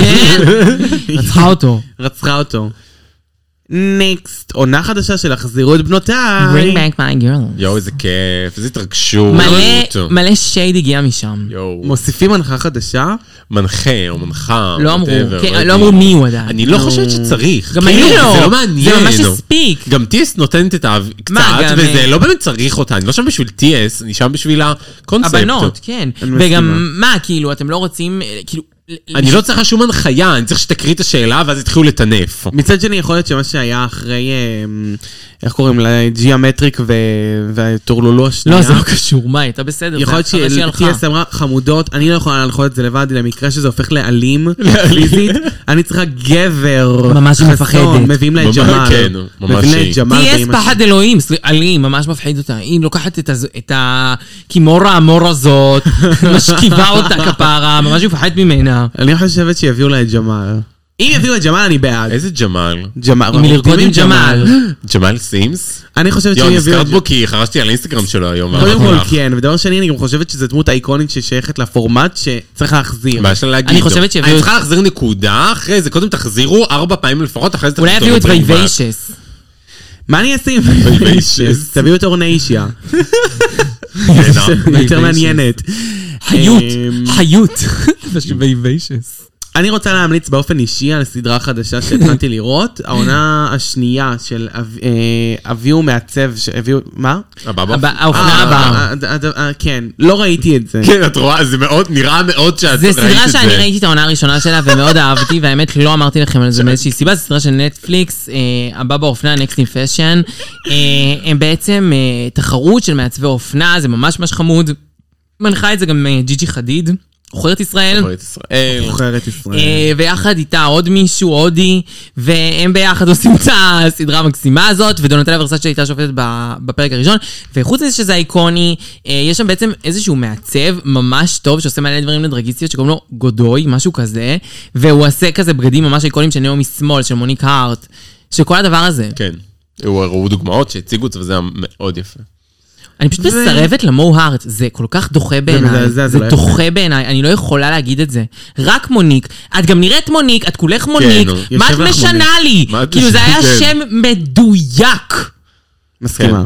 Speaker 3: רצחה אותו. נקסט, עונה חדשה של החזירו את בנותיי.
Speaker 2: Bring back my girl.
Speaker 4: יואו, איזה כיף, איזה התרגשות.
Speaker 2: מלא שייד הגיע משם.
Speaker 3: מוסיפים מנחה חדשה?
Speaker 4: מנחה או מנחה.
Speaker 2: לא אמרו, לא אמרו מי הוא עדיין.
Speaker 4: אני לא חושבת שצריך.
Speaker 2: גם אני לא.
Speaker 4: זה לא מעניין.
Speaker 2: זה ממש הספיק.
Speaker 4: גם TS נותנת את קצת, וזה לא באמת צריך אותה. אני לא שם בשביל TS, אני שם בשביל הקונספט.
Speaker 2: הבנות, כן. וגם מה, כאילו, אתם לא רוצים, כאילו...
Speaker 4: אני לא צריכה שום הנחיה, אני צריך שתקריא את השאלה, ואז התחילו לטנף.
Speaker 3: מצד שני, יכול להיות שמה שהיה אחרי, איך קוראים לה, ג'יאמטריק והטורלולו השנייה.
Speaker 2: לא, זה לא קשור, מה, הייתה בסדר.
Speaker 3: יכול להיות שתיאס אמרה, חמודות, אני לא יכולה להנחות את זה לבד, למקרה שזה הופך לאלים, פיזית, אני צריכה גבר.
Speaker 2: ממש מפחדת.
Speaker 3: מביאים לה את ג'מאל.
Speaker 4: כן, ממש היא.
Speaker 2: תיאס פחד אלוהים, אלים, ממש מפחיד אותה. היא לוקחת את הכימורה המור הזאת, משכיבה אותה כפרה, ממש מפחד ממנה.
Speaker 3: אני חושבת שיביאו לה את ג'מאל. אם יביאו את ג'מאל, אני בעד.
Speaker 4: איזה ג'מאל?
Speaker 2: אם לרקוד עם ג'מאל.
Speaker 4: ג'מאל סימס?
Speaker 3: אני חושבת שהם יביאו...
Speaker 4: נזכרת בו כי חרשתי על אינסטגרם שלו היום.
Speaker 3: קודם כל כן, ודבר שני, אני גם חושבת שזו דמות האיקונית ששייכת לפורמט שצריך להחזיר.
Speaker 4: מה יש לה להגיד?
Speaker 2: אני חושבת שיביאו...
Speaker 4: אני צריכה להחזיר נקודה, אחרי זה קודם תחזירו 4 פעמים לפחות, אחרי זה
Speaker 2: אולי יביאו את וייביישס.
Speaker 3: מה אני אעשה עם וייביישס? תביאו את אורניישיה. יותר מעניינת.
Speaker 2: חיות. וייביישס.
Speaker 3: אני רוצה להמליץ באופן אישי על סדרה חדשה שהתחלתי לראות, העונה השנייה של אביו מעצב, מה?
Speaker 2: האופנה הבאה.
Speaker 3: כן, לא ראיתי את זה.
Speaker 4: כן, את רואה, זה מאוד, נראה מאוד שאת ראית את זה.
Speaker 2: זה סדרה שאני ראיתי את העונה הראשונה שלה ומאוד אהבתי, והאמת לא אמרתי לכם על זה מאיזושהי סיבה, זו סדרה של נטפליקס, הבא באופנה, Next in Fashion, הם בעצם תחרות של מעצבי אופנה, זה ממש ממש חמוד, מנחה את זה גם ג'יג'י חדיד. אוכרת ישראל. ויחד איתה עוד מישהו, הודי, והם ביחד עושים את הסדרה המקסימה הזאת, ודונטלה ורסאצ'ה שהייתה שופטת בפרק הראשון, וחוץ מזה שזה איקוני, יש שם בעצם איזשהו מעצב ממש טוב, שעושה מלא דברים לדרגיסטיות, שקוראים לו גודוי, משהו כזה, והוא עושה כזה בגדים ממש איקונים של נעמי שמאל, של מוניק הארט, של כל הדבר הזה.
Speaker 4: כן, הוא דוגמאות שהציגו את זה, וזה היה מאוד יפה.
Speaker 2: אני פשוט מסרבת למוהארט, זה כל כך דוחה בעיניי, זה דוחה בעיניי, אני לא יכולה להגיד את זה. רק מוניק, את גם נראית מוניק, את כולך מוניק, מה את משנה לי? כאילו זה היה שם מדויק.
Speaker 3: מסכימה.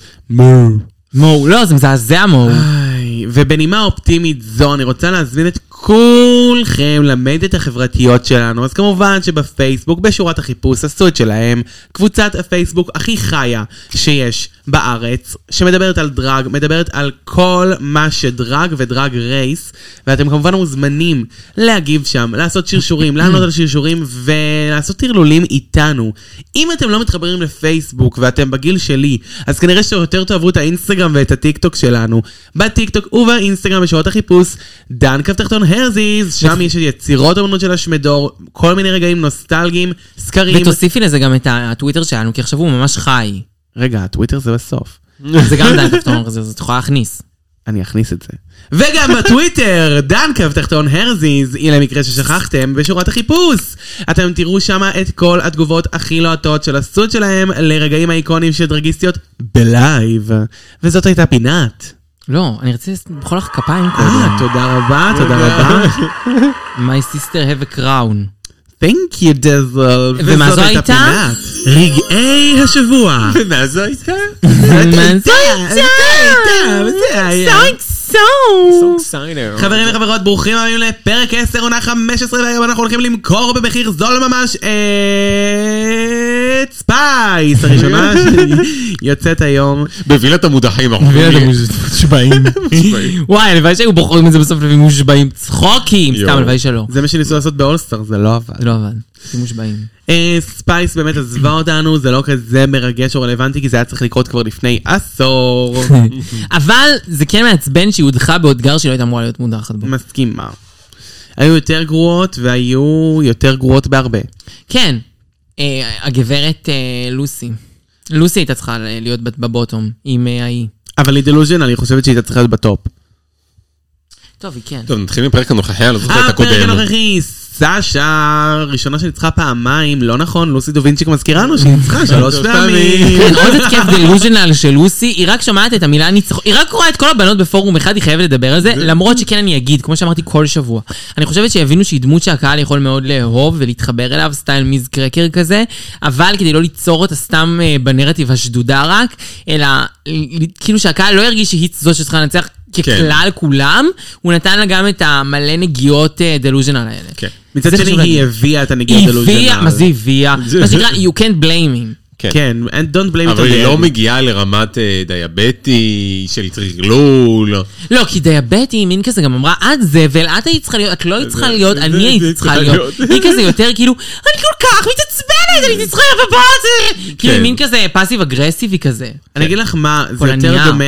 Speaker 2: מו, לא, זה מזעזע מו.
Speaker 3: ובנימה אופטימית זו, אני רוצה להזמין את כולכם למדיות החברתיות שלנו, אז כמובן שבפייסבוק, בשורת החיפוש, עשו את שלהם, קבוצת הפייסבוק הכי חיה שיש בארץ, שמדברת על דרג, מדברת על כל מה שדרג ודרג רייס, ואתם כמובן מוזמנים להגיב שם, לעשות שרשורים, לענות על שרשורים, ולעשות תרלולים איתנו. אם אתם לא מתחברים לפייסבוק, ואתם בגיל שלי, אז כנראה שיותר תאהבו את האינסטגרם ואת הטיקטוק שלנו. בטיקטוק ובאינסטגרם בשורת החיפוש, דן קו תחתון הרזיז, שם יש יצירות אמנות של השמדור, כל מיני רגעים נוסטלגיים, סקרים.
Speaker 2: ותוסיפי לזה גם את הטוויטר שלנו, כי עכשיו הוא ממש חי.
Speaker 3: רגע, הטוויטר זה בסוף.
Speaker 2: זה גם דן קו תחתון הרזיז, אז את יכולה להכניס.
Speaker 3: אני אכניס את זה. וגם בטוויטר, דן קו תחתון הרזיז, הנה מקרה ששכחתם בשורת החיפוש. אתם תראו שם את כל התגובות הכי לוהטות של הסוד שלהם לרגעים האיקונים של דרגיסטיות בלייב. וזאת הייתה פינת.
Speaker 2: לא, אני רציתי למחוא לך כפיים קודם.
Speaker 3: תודה רבה, תודה רבה.
Speaker 2: My sister have a crown.
Speaker 3: Thank you, דזל.
Speaker 2: ומה זו הייתה?
Speaker 3: רגעי השבוע.
Speaker 4: ומה זו הייתה?
Speaker 3: חברים וחברות, ברוכים הבאים לפרק 10 עונה 15, והיום אנחנו הולכים למכור במחיר זול ממש את ספייס הראשונה שיוצאת היום
Speaker 4: בווילת המודחים.
Speaker 2: מושבעים. וואי, הלוואי שהיו בוחרים את זה בסוף לפי מושבעים צחוקים. סתם, הלוואי שלא.
Speaker 3: זה מה שניסו לעשות באולסטאר, זה לא עבד.
Speaker 2: זה לא עבד, לפי מושבעים.
Speaker 3: ספייס באמת עזבה אותנו, זה לא כזה מרגש או רלוונטי, כי זה היה צריך לקרות כבר לפני עשור.
Speaker 2: אבל זה כן מעצבן שהיא הודחה באותגר שהיא לא הייתה אמורה להיות מודחת בו.
Speaker 3: מסכימה. היו יותר גרועות והיו יותר גרועות בהרבה.
Speaker 2: כן, הגברת לוסי. לוסי הייתה צריכה להיות בבוטום עם ההיא.
Speaker 3: אבל היא דלוז'נל, אני חושבת שהיא הייתה צריכה להיות בטופ.
Speaker 2: טוב, היא כן.
Speaker 4: טוב, נתחיל מפרק הנוכחי, אני לא זוכר את הקודם.
Speaker 3: הפרק הנוכחי, סשה, ראשונה שניצחה פעמיים, לא נכון, לוסי דובינצ'יק מזכירה לנו שהיא ניצחה 3 פעמים.
Speaker 2: כן, עוד התקף דלוז'נל של לוסי, היא רק שומעת את המילה ניצחון, היא רק רואה את כל הבנות בפורום אחד, היא חייבת לדבר על זה, למרות שכן אני אגיד, כמו שאמרתי כל שבוע. אני חושבת שיבינו שהיא דמות שהקהל יכול מאוד לאהוב ולהתחבר אליו, סטייל מיז קרקר כזה, אבל כדי לא ליצור אותה סתם בנרטיב השדודה רק, אלא כאילו שהקהל לא ירגיש שהיא זו שצריכה לנצח ככלל כולם, הוא נתן לה גם את המלא נגיעות דלוז'נל האלה.
Speaker 4: כן.
Speaker 3: מצד שני היא הביאה את הנגיעות דלוז'נל.
Speaker 2: מה זה הביאה? מה שנקרא, you can't blame him.
Speaker 3: כן, and don't blame it.
Speaker 4: אבל היא לא מגיעה לרמת דיאבטי, של טרלול.
Speaker 2: לא, כי דיאבטי, מין כזה גם אמרה, את זבל, את היית צריכה להיות, את לא היית צריכה להיות, אני הייתי צריכה להיות. היא כזה יותר כאילו, אני כל כך מתעצבנת, אני צריכה להיות בבוטי. כאילו מין כזה פאסיב אגרסיבי כזה.
Speaker 3: אני אגיד לך מה, זה יותר דומה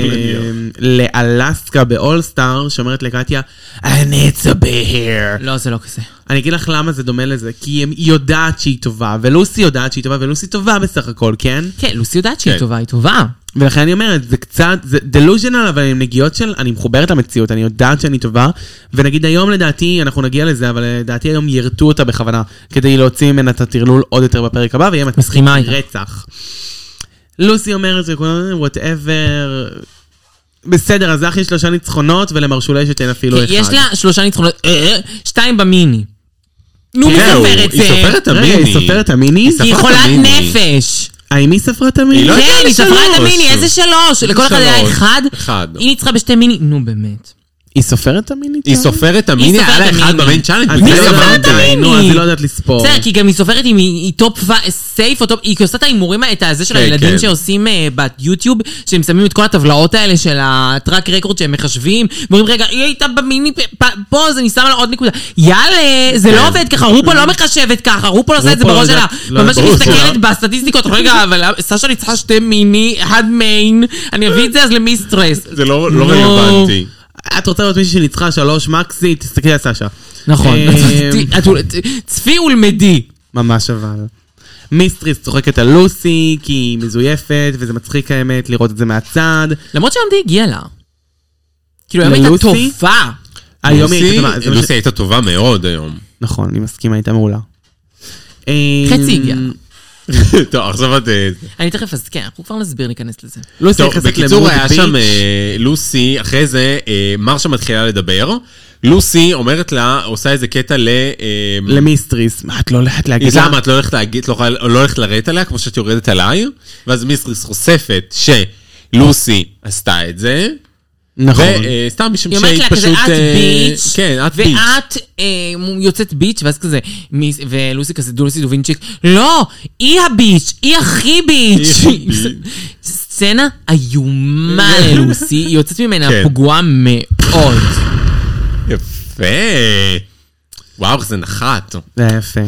Speaker 3: לאלסקה באולסטאר, שאומרת לקטיה, I need to be here.
Speaker 2: לא, זה לא כזה.
Speaker 3: אני אגיד לך למה זה דומה לזה, כי היא יודעת שהיא טובה, ולוסי יודעת שהיא טובה, ולוסי טובה בסך הכל, כן?
Speaker 2: כן, לוסי יודעת שהיא טובה, היא טובה.
Speaker 3: ולכן אני אומרת, זה קצת, זה דלוז'נל, אבל עם נגיעות של, אני מחוברת למציאות, אני יודעת שאני טובה, ונגיד היום לדעתי, אנחנו נגיע לזה, אבל לדעתי היום ירתו אותה בכוונה, כדי להוציא ממנה את הטרלול עוד יותר בפרק הבא, ויהיה מצחיק רצח. לוסי אומרת, whatever, בסדר, אז לך יש 3 ניצחונות, ולמרשולי שתן אפילו 1.
Speaker 2: יש לה 3 ניצחונות, 2 במיני. נו, מי סופר את זה?
Speaker 4: היא סופרת את המיני.
Speaker 3: היא סופרת את המיני?
Speaker 2: היא חולת נפש.
Speaker 3: האם היא ספרה את המיני?
Speaker 2: כן, היא ספרה את המיני, איזה 3? לכל אחד היה 1? היא ניצחה ב2 מיני, נו באמת.
Speaker 3: היא סופרת את המיני?
Speaker 4: היא סופרת את המיני, היה לה 1 במיין צ'אלנג'.
Speaker 3: אז היא לא יודעת לספור.
Speaker 2: בסדר, כי גם היא סופרת אם היא טופ סייף, היא עושה את ההימורים, את הזה של הילדים שעושים ביוטיוב, שהם שמים את כל הטבלאות האלה של הטראק רקורד שהם מחשבים, ואומרים רגע, היא הייתה במיני, פה אז אני שמה לה עוד נקודה. יאללה, זה לא עובד ככה, רופו לא מחשבת ככה, רופו לא עושה את זה בראש שלה. ממש מסתכלת בסטטיסטיקות, רגע, אבל סשה ניצחה 2 מיני, 1 מיין, אני אביא את זה אז למיסטרס.
Speaker 4: זה לא רלוונטי.
Speaker 3: את רוצה להיות מישהי שניצחה 3 מקסי, תסתכלי על סשה.
Speaker 2: נכון. צפי ולמדי.
Speaker 3: ממש אבל. מיסטריס צוחקת על לוסי, כי היא מזויפת, וזה מצחיק האמת לראות את זה מהצד.
Speaker 2: למרות שהיום די הגיע לה. כאילו היום הייתה טובה.
Speaker 4: לוסי הייתה טובה מאוד היום.
Speaker 3: נכון, אני מסכימה, הייתה מעולה.
Speaker 2: חצי הגיע.
Speaker 4: טוב, עכשיו את...
Speaker 2: אני תכף אז כן, אנחנו כבר נסביר להיכנס לזה.
Speaker 4: טוב, בקיצור היה שם לוסי, אחרי זה מרשה מתחילה לדבר, לוסי אומרת לה, עושה איזה קטע
Speaker 3: למיסטריס, מה את לא הולכת להגיד לה?
Speaker 4: למה את לא הולכת להגיד, לא הולכת לרדת עליה כמו שאת יורדת עליי, ואז מיסטריס חושפת שלוסי עשתה את זה,
Speaker 3: נכון.
Speaker 4: וסתם משום
Speaker 2: היא אומרת
Speaker 4: שהיא
Speaker 2: לה כזה,
Speaker 4: פשוט...
Speaker 2: את ביץ',
Speaker 4: כן, את ביץ'.
Speaker 2: ואת יוצאת ביץ', ואז כזה, ולוסי כזה, לוסי דובינצ'יק, לא, היא הביץ', היא הכי ביץ'. סצנה איומה ללוסי, היא יוצאת ממנה פגועה מאוד.
Speaker 4: יפה. וואו, זה נחת.
Speaker 3: זה היה יפה.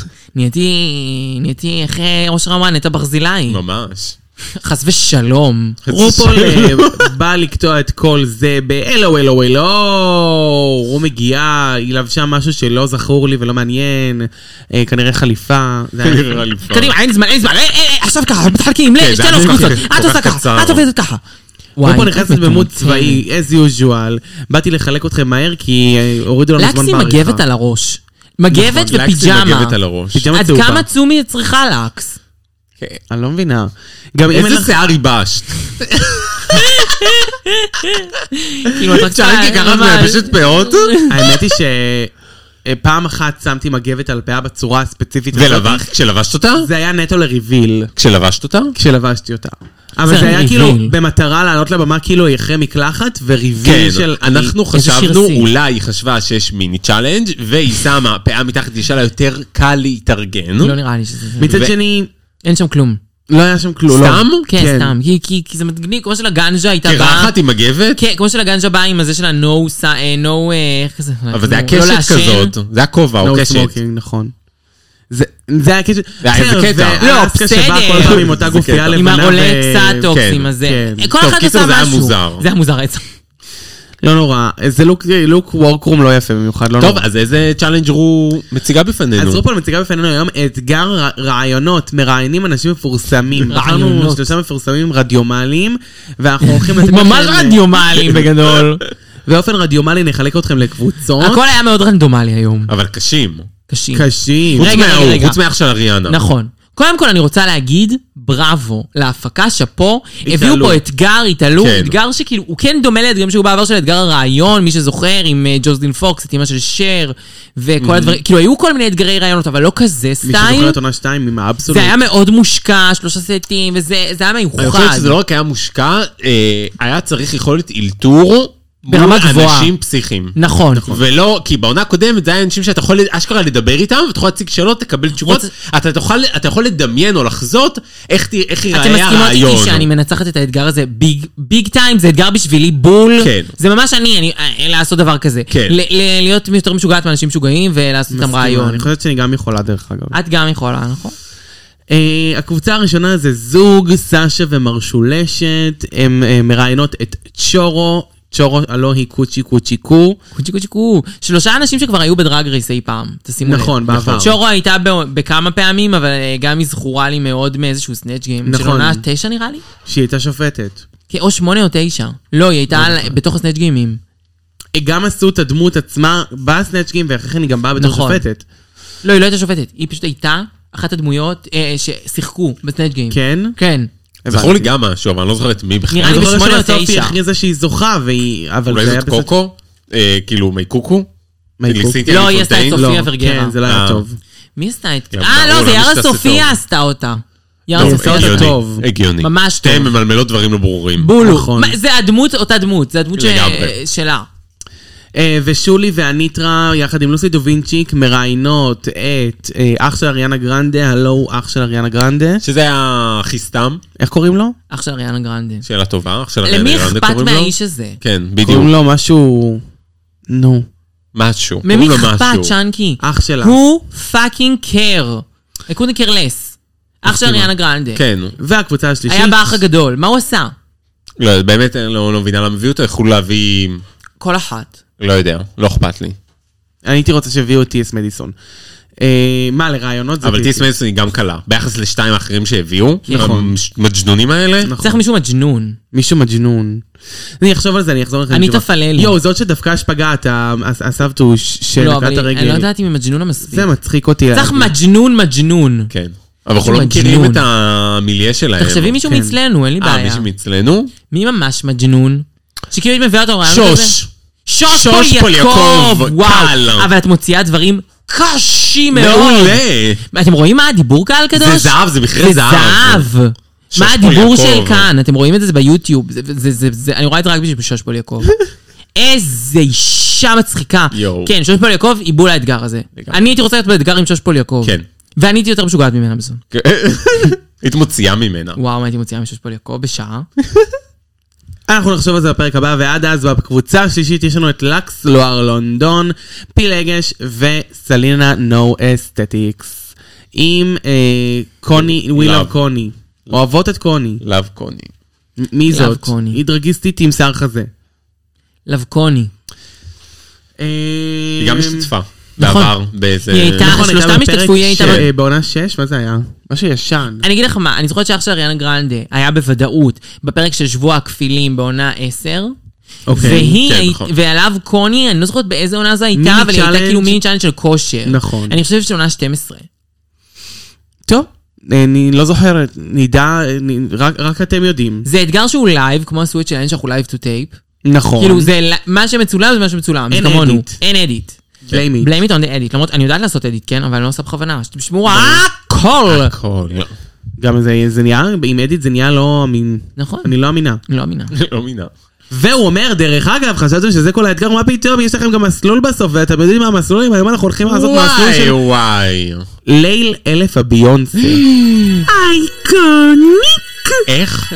Speaker 2: נהייתי אחרי ראש רמה, נטע ברזילי.
Speaker 4: ממש.
Speaker 2: חס ושלום.
Speaker 3: רופול בא לקטוע את כל זה באלו, אלו, אלו. הוא מגיעה, היא לבשה משהו שלא זכור לי ולא מעניין. כנראה חליפה.
Speaker 2: קדימה, אין זמן. עכשיו ככה, מתחלקים לשתי קבוצות. את עושה ככה, את עובדת ככה.
Speaker 3: רופול נכנסת במוד צבאי, as usual. באתי לחלק אתכם מהר כי הורידו לנו זמן בעריכה.
Speaker 2: לקסי מגבת על הראש. מגבת ופיג'מה. עד כמה צומי צריכה לקס?
Speaker 3: אני לא מבינה.
Speaker 4: איזה שיער ייבשת? צ'אנקי ככה מייבשת פאות?
Speaker 3: האמת היא שפעם אחת שמתי מגבת על פאה בצורה הספציפית.
Speaker 4: כשלבשת אותה?
Speaker 3: זה היה נטו לריביל.
Speaker 4: כשלבשת אותה?
Speaker 3: כשלבשתי אותה. אבל זה היה כאילו במטרה לעלות לבמה כאילו אחרי מקלחת וריביל של...
Speaker 4: כן, אנחנו חשבנו, אולי היא חשבה שיש מיני צ'אלנג' והיא שמה פאה מתחת אישה לה יותר קל להתארגן.
Speaker 2: לא נראה לי שזה...
Speaker 3: מצד שני...
Speaker 2: אין שם כלום.
Speaker 3: לא היה שם כלום.
Speaker 4: סתם?
Speaker 2: כן, סתם. כי זה מדגניק, כמו של הגנג'ה הייתה באה...
Speaker 4: קרחת עם מגבת?
Speaker 2: כן, כמו של הגנג'ה באה עם הזה של ה-no... איך כזה?
Speaker 4: אבל זה היה קשת כזאת. זה היה כובע או קשת.
Speaker 3: נכון. זה היה קשת...
Speaker 4: זה קטע.
Speaker 2: לא, בסדר.
Speaker 3: כל פעם עם אותה גופייה לבנה.
Speaker 2: עם הרולקסטוקס, עם הזה. כל אחד עשה משהו.
Speaker 4: זה היה מוזר.
Speaker 2: זה היה מוזר רצח.
Speaker 3: לא נורא, זה לוק וורקרום לא יפה במיוחד, לא נורא.
Speaker 4: טוב, אז איזה צ'אלנג' רו מציגה בפנינו?
Speaker 3: אז רופול מציגה בפנינו היום אתגר רעיונות, מראיינים אנשים מפורסמים. בחרנו 3 מפורסמים רדיומליים, ואנחנו הולכים לתת לכם...
Speaker 2: ממש רדיומליים בגדול.
Speaker 3: באופן רדיומלי נחלק אתכם לקבוצות.
Speaker 2: הכל היה מאוד רנדומלי היום.
Speaker 4: אבל קשים.
Speaker 3: קשים.
Speaker 2: רגע.
Speaker 4: חוץ מאח של אריאנה.
Speaker 2: נכון. קודם כל אני רוצה להגיד, בראבו, להפקה, שפו, הביאו פה אתגר, התעלו, אתגר שכאילו, הוא כן דומה לאתגר שהוא בעבר של אתגר הרעיון, מי שזוכר, עם ג'וזדין פוקס, את אמא של שר, וכל הדברים, כאילו היו כל מיני אתגרי רעיונות, אבל לא כזה סטייל.
Speaker 3: מי שזוכר את עונה 2 עם האבסולוט.
Speaker 2: זה היה מאוד מושקע, 3 סטים, וזה היה מיוחד.
Speaker 4: אני חושב שזה לא רק היה מושקע, היה צריך יכולת אלתור,
Speaker 2: ברמה גבוהה.
Speaker 4: אנשים פסיכיים.
Speaker 2: נכון.
Speaker 4: ולא, כי בעונה הקודמת זה היה אנשים שאתה יכול אשכרה לדבר איתם, ואתה יכול להציג שאלות, תקבל תשובות, אתה יכול לדמיין או לחזות איך ייראה הרעיון.
Speaker 2: אתם מסכימות איתי שאני מנצחת את האתגר הזה ביג טיים, זה אתגר בשבילי בול. זה ממש אני לעשות דבר כזה. להיות יותר משוגעת מאנשים משוגעים ולעשות איתם רעיון.
Speaker 3: אני חושבת שאני גם יכולה דרך אגב.
Speaker 2: את גם יכולה, נכון?
Speaker 3: הקבוצה הראשונה זה זוג, סשה ומרשולשת, הם מראיינות את צ'ורו, הלא היא קוצ'י קוצ'יקו.
Speaker 2: קוצ'י קוצ'יקו. 3 אנשים שכבר היו בדרג רייס אי פעם, תשימו לב.
Speaker 3: נכון, בעבר.
Speaker 2: צ'ורו הייתה בכמה פעמים, אבל גם היא זכורה לי מאוד מאיזשהו סנאצ' גיים.
Speaker 3: נכון.
Speaker 2: של עונה 9 נראה לי?
Speaker 3: שהיא הייתה שופטת.
Speaker 2: או 8 או 9. לא, היא הייתה בתוך הסנאצ' גיימים.
Speaker 3: היא גם עשו את הדמות עצמה בסנאצ' גיים, ואחרי כן היא גם באה בתור שופטת.
Speaker 2: לא, היא לא הייתה שופטת. היא פשוט הייתה אחת הדמויות ששיחקו בסנאצ' גיים.
Speaker 3: כן?
Speaker 2: כן.
Speaker 4: זכור לי גם משהו, אבל אני לא זוכר את מי בכלל.
Speaker 2: נראה לי ב8 או 9.
Speaker 3: היא הכריזה שהיא זוכה,
Speaker 4: אולי זאת קוקו? כאילו מי קוקו?
Speaker 2: לא, היא עשתה את סופיה ורגרה.
Speaker 3: כן, זה לא היה טוב.
Speaker 2: מי עשתה את... לא, זה ירה סופיה עשתה אותה. ירה סופיה עשתה טוב.
Speaker 4: הגיוני.
Speaker 2: ממש טוב.
Speaker 4: שתיים ממלמלות דברים לא ברורים.
Speaker 2: בולו. זה הדמות, אותה דמות. זה הדמות שלה.
Speaker 3: ושולי ואניטרה, יחד עם לוסי דובינצ'יק, מראיינות את אח של אריאנה גרנדה, הלו הוא אח של אריאנה גרנדה.
Speaker 4: שזה היה הכי סתם.
Speaker 3: איך קוראים לו?
Speaker 2: אח של אריאנה גרנדה.
Speaker 4: שאלה טובה, אח של אריאנה גרנדה קוראים לו.
Speaker 2: למי אכפת מהאיש הזה?
Speaker 4: כן, בדיוק.
Speaker 3: קוראים לו משהו... נו.
Speaker 4: משהו.
Speaker 2: ממי אכפת, צ'אנקי?
Speaker 3: אח שלה.
Speaker 2: הוא פאקינג קר. הקודם קרלס. אח של אריאנה גרנדה.
Speaker 4: כן.
Speaker 3: והקבוצה השלישית.
Speaker 2: היה באח הגדול. מה הוא עשה?
Speaker 4: לא, באמת לא מבינה למה הביאו אותו, יכולו להביא...
Speaker 2: כל אחת.
Speaker 4: לא יודע, לא אכפת לי.
Speaker 3: אני הייתי רוצה שהביאו את טי.אס מדיסון. מה, לרעיונות זה...
Speaker 4: אבל טי.אס מדיסון היא גם קלה. ביחס לשתיים האחרים שהביאו, המג'נונים האלה.
Speaker 2: צריך מישהו מג'נון.
Speaker 3: מישהו מג'נון. אני אחשוב על זה, אני אחזור לכם.
Speaker 2: אני תפלל.
Speaker 3: יו, זאת שדווקא השפגעת, הסבתוש שנקעת הרגל.
Speaker 2: אני לא יודעת אם היא מג'נון המספיק.
Speaker 3: זה מצחיק אותי.
Speaker 2: צריך מג'נון.
Speaker 4: כן. אבל אנחנו לא מכירים את המיליה שלהם.
Speaker 2: תחשבי מישהו מאצלנו, אין לי בעיה.
Speaker 4: מישהו מאצלנו?
Speaker 2: מי ממש מג'נון? שכאילו היא מביאה אותו
Speaker 4: שוש
Speaker 2: פוליאקוב, וואו, אבל את מוציאה דברים קשים מאוד.
Speaker 4: מעולה.
Speaker 2: אתם רואים מה? דיבור קהל קדוש?
Speaker 4: זה זהב, זה בכלל זהב.
Speaker 2: מה הדיבור של כאן? אתם רואים את זה ביוטיוב. אני רואה את זה רק בשביל שוש פול יעקב. איזה אישה מצחיקה. כן, שוש פול יעקב היא בול האתגר הזה. אני הייתי רוצה להיות באתגר עם שוש פול יעקב.
Speaker 4: כן.
Speaker 2: ואני הייתי יותר משוגעת ממנה בזו.
Speaker 4: היית מוציאה ממנה.
Speaker 2: וואו, מה הייתי מוציאה משוש פול יעקב בשעה?
Speaker 3: אנחנו נחשוב על זה בפרק הבא, ועד אז בקבוצה השלישית יש לנו את לקס לואר לונדון, פילגש וסלינה נו אסתטיקס. עם קוני, We Love קוני. אוהבות את קוני.
Speaker 4: לאב קוני.
Speaker 3: מי זאת? היא דרגיסטית עם שיער חזה.
Speaker 2: לבקוני.
Speaker 4: היא גם השתתפה.
Speaker 2: נכון.
Speaker 4: בעבר באיזה...
Speaker 2: היא הייתה, שלושתם השתתפו, היא הייתה...
Speaker 3: בעונה 6, מה זה היה? משהו ישן.
Speaker 2: אני אגיד לך מה, אני זוכרת שאח של אריאנה גרנדה היה בוודאות בפרק של שבוע הכפילים בעונה 10, ועליו קוני, אני לא זוכרת באיזה עונה זו הייתה, אבל היא הייתה כאילו מיני צ'אלנג' של כושר.
Speaker 3: נכון.
Speaker 2: אני חושבת שעונה 12.
Speaker 3: טוב, אני לא זוכרת, נדע, רק אתם יודעים.
Speaker 2: זה אתגר שהוא לייב, כמו הסוויץ' שלנו שאנחנו לייב טו טייפ.
Speaker 3: נכון.
Speaker 2: כאילו זה, מה שמצולם זה מה שמצולם.
Speaker 3: אין אדיט.
Speaker 2: אין אדיט.
Speaker 3: blame
Speaker 2: it on the edit. למרות, אני יודעת לעשות אדיט, כן? אבל אני לא עושה בכוונה. שתשמעו הכל.
Speaker 3: גם זה נהיה, עם אדיט זה נהיה לא אמין.
Speaker 2: נכון.
Speaker 3: אני לא אמינה.
Speaker 2: לא אמינה.
Speaker 4: לא מינה.
Speaker 3: והוא אומר, דרך אגב, חשבתם שזה כל האתגר, מה פתאום? יש לכם גם מסלול בסוף, ואתם יודעים מה המסלולים? היום אנחנו הולכים לעשות מסלול של...
Speaker 4: וואי.
Speaker 3: ליל 1000 הביונסה.
Speaker 1: אייקוניק.
Speaker 4: איך?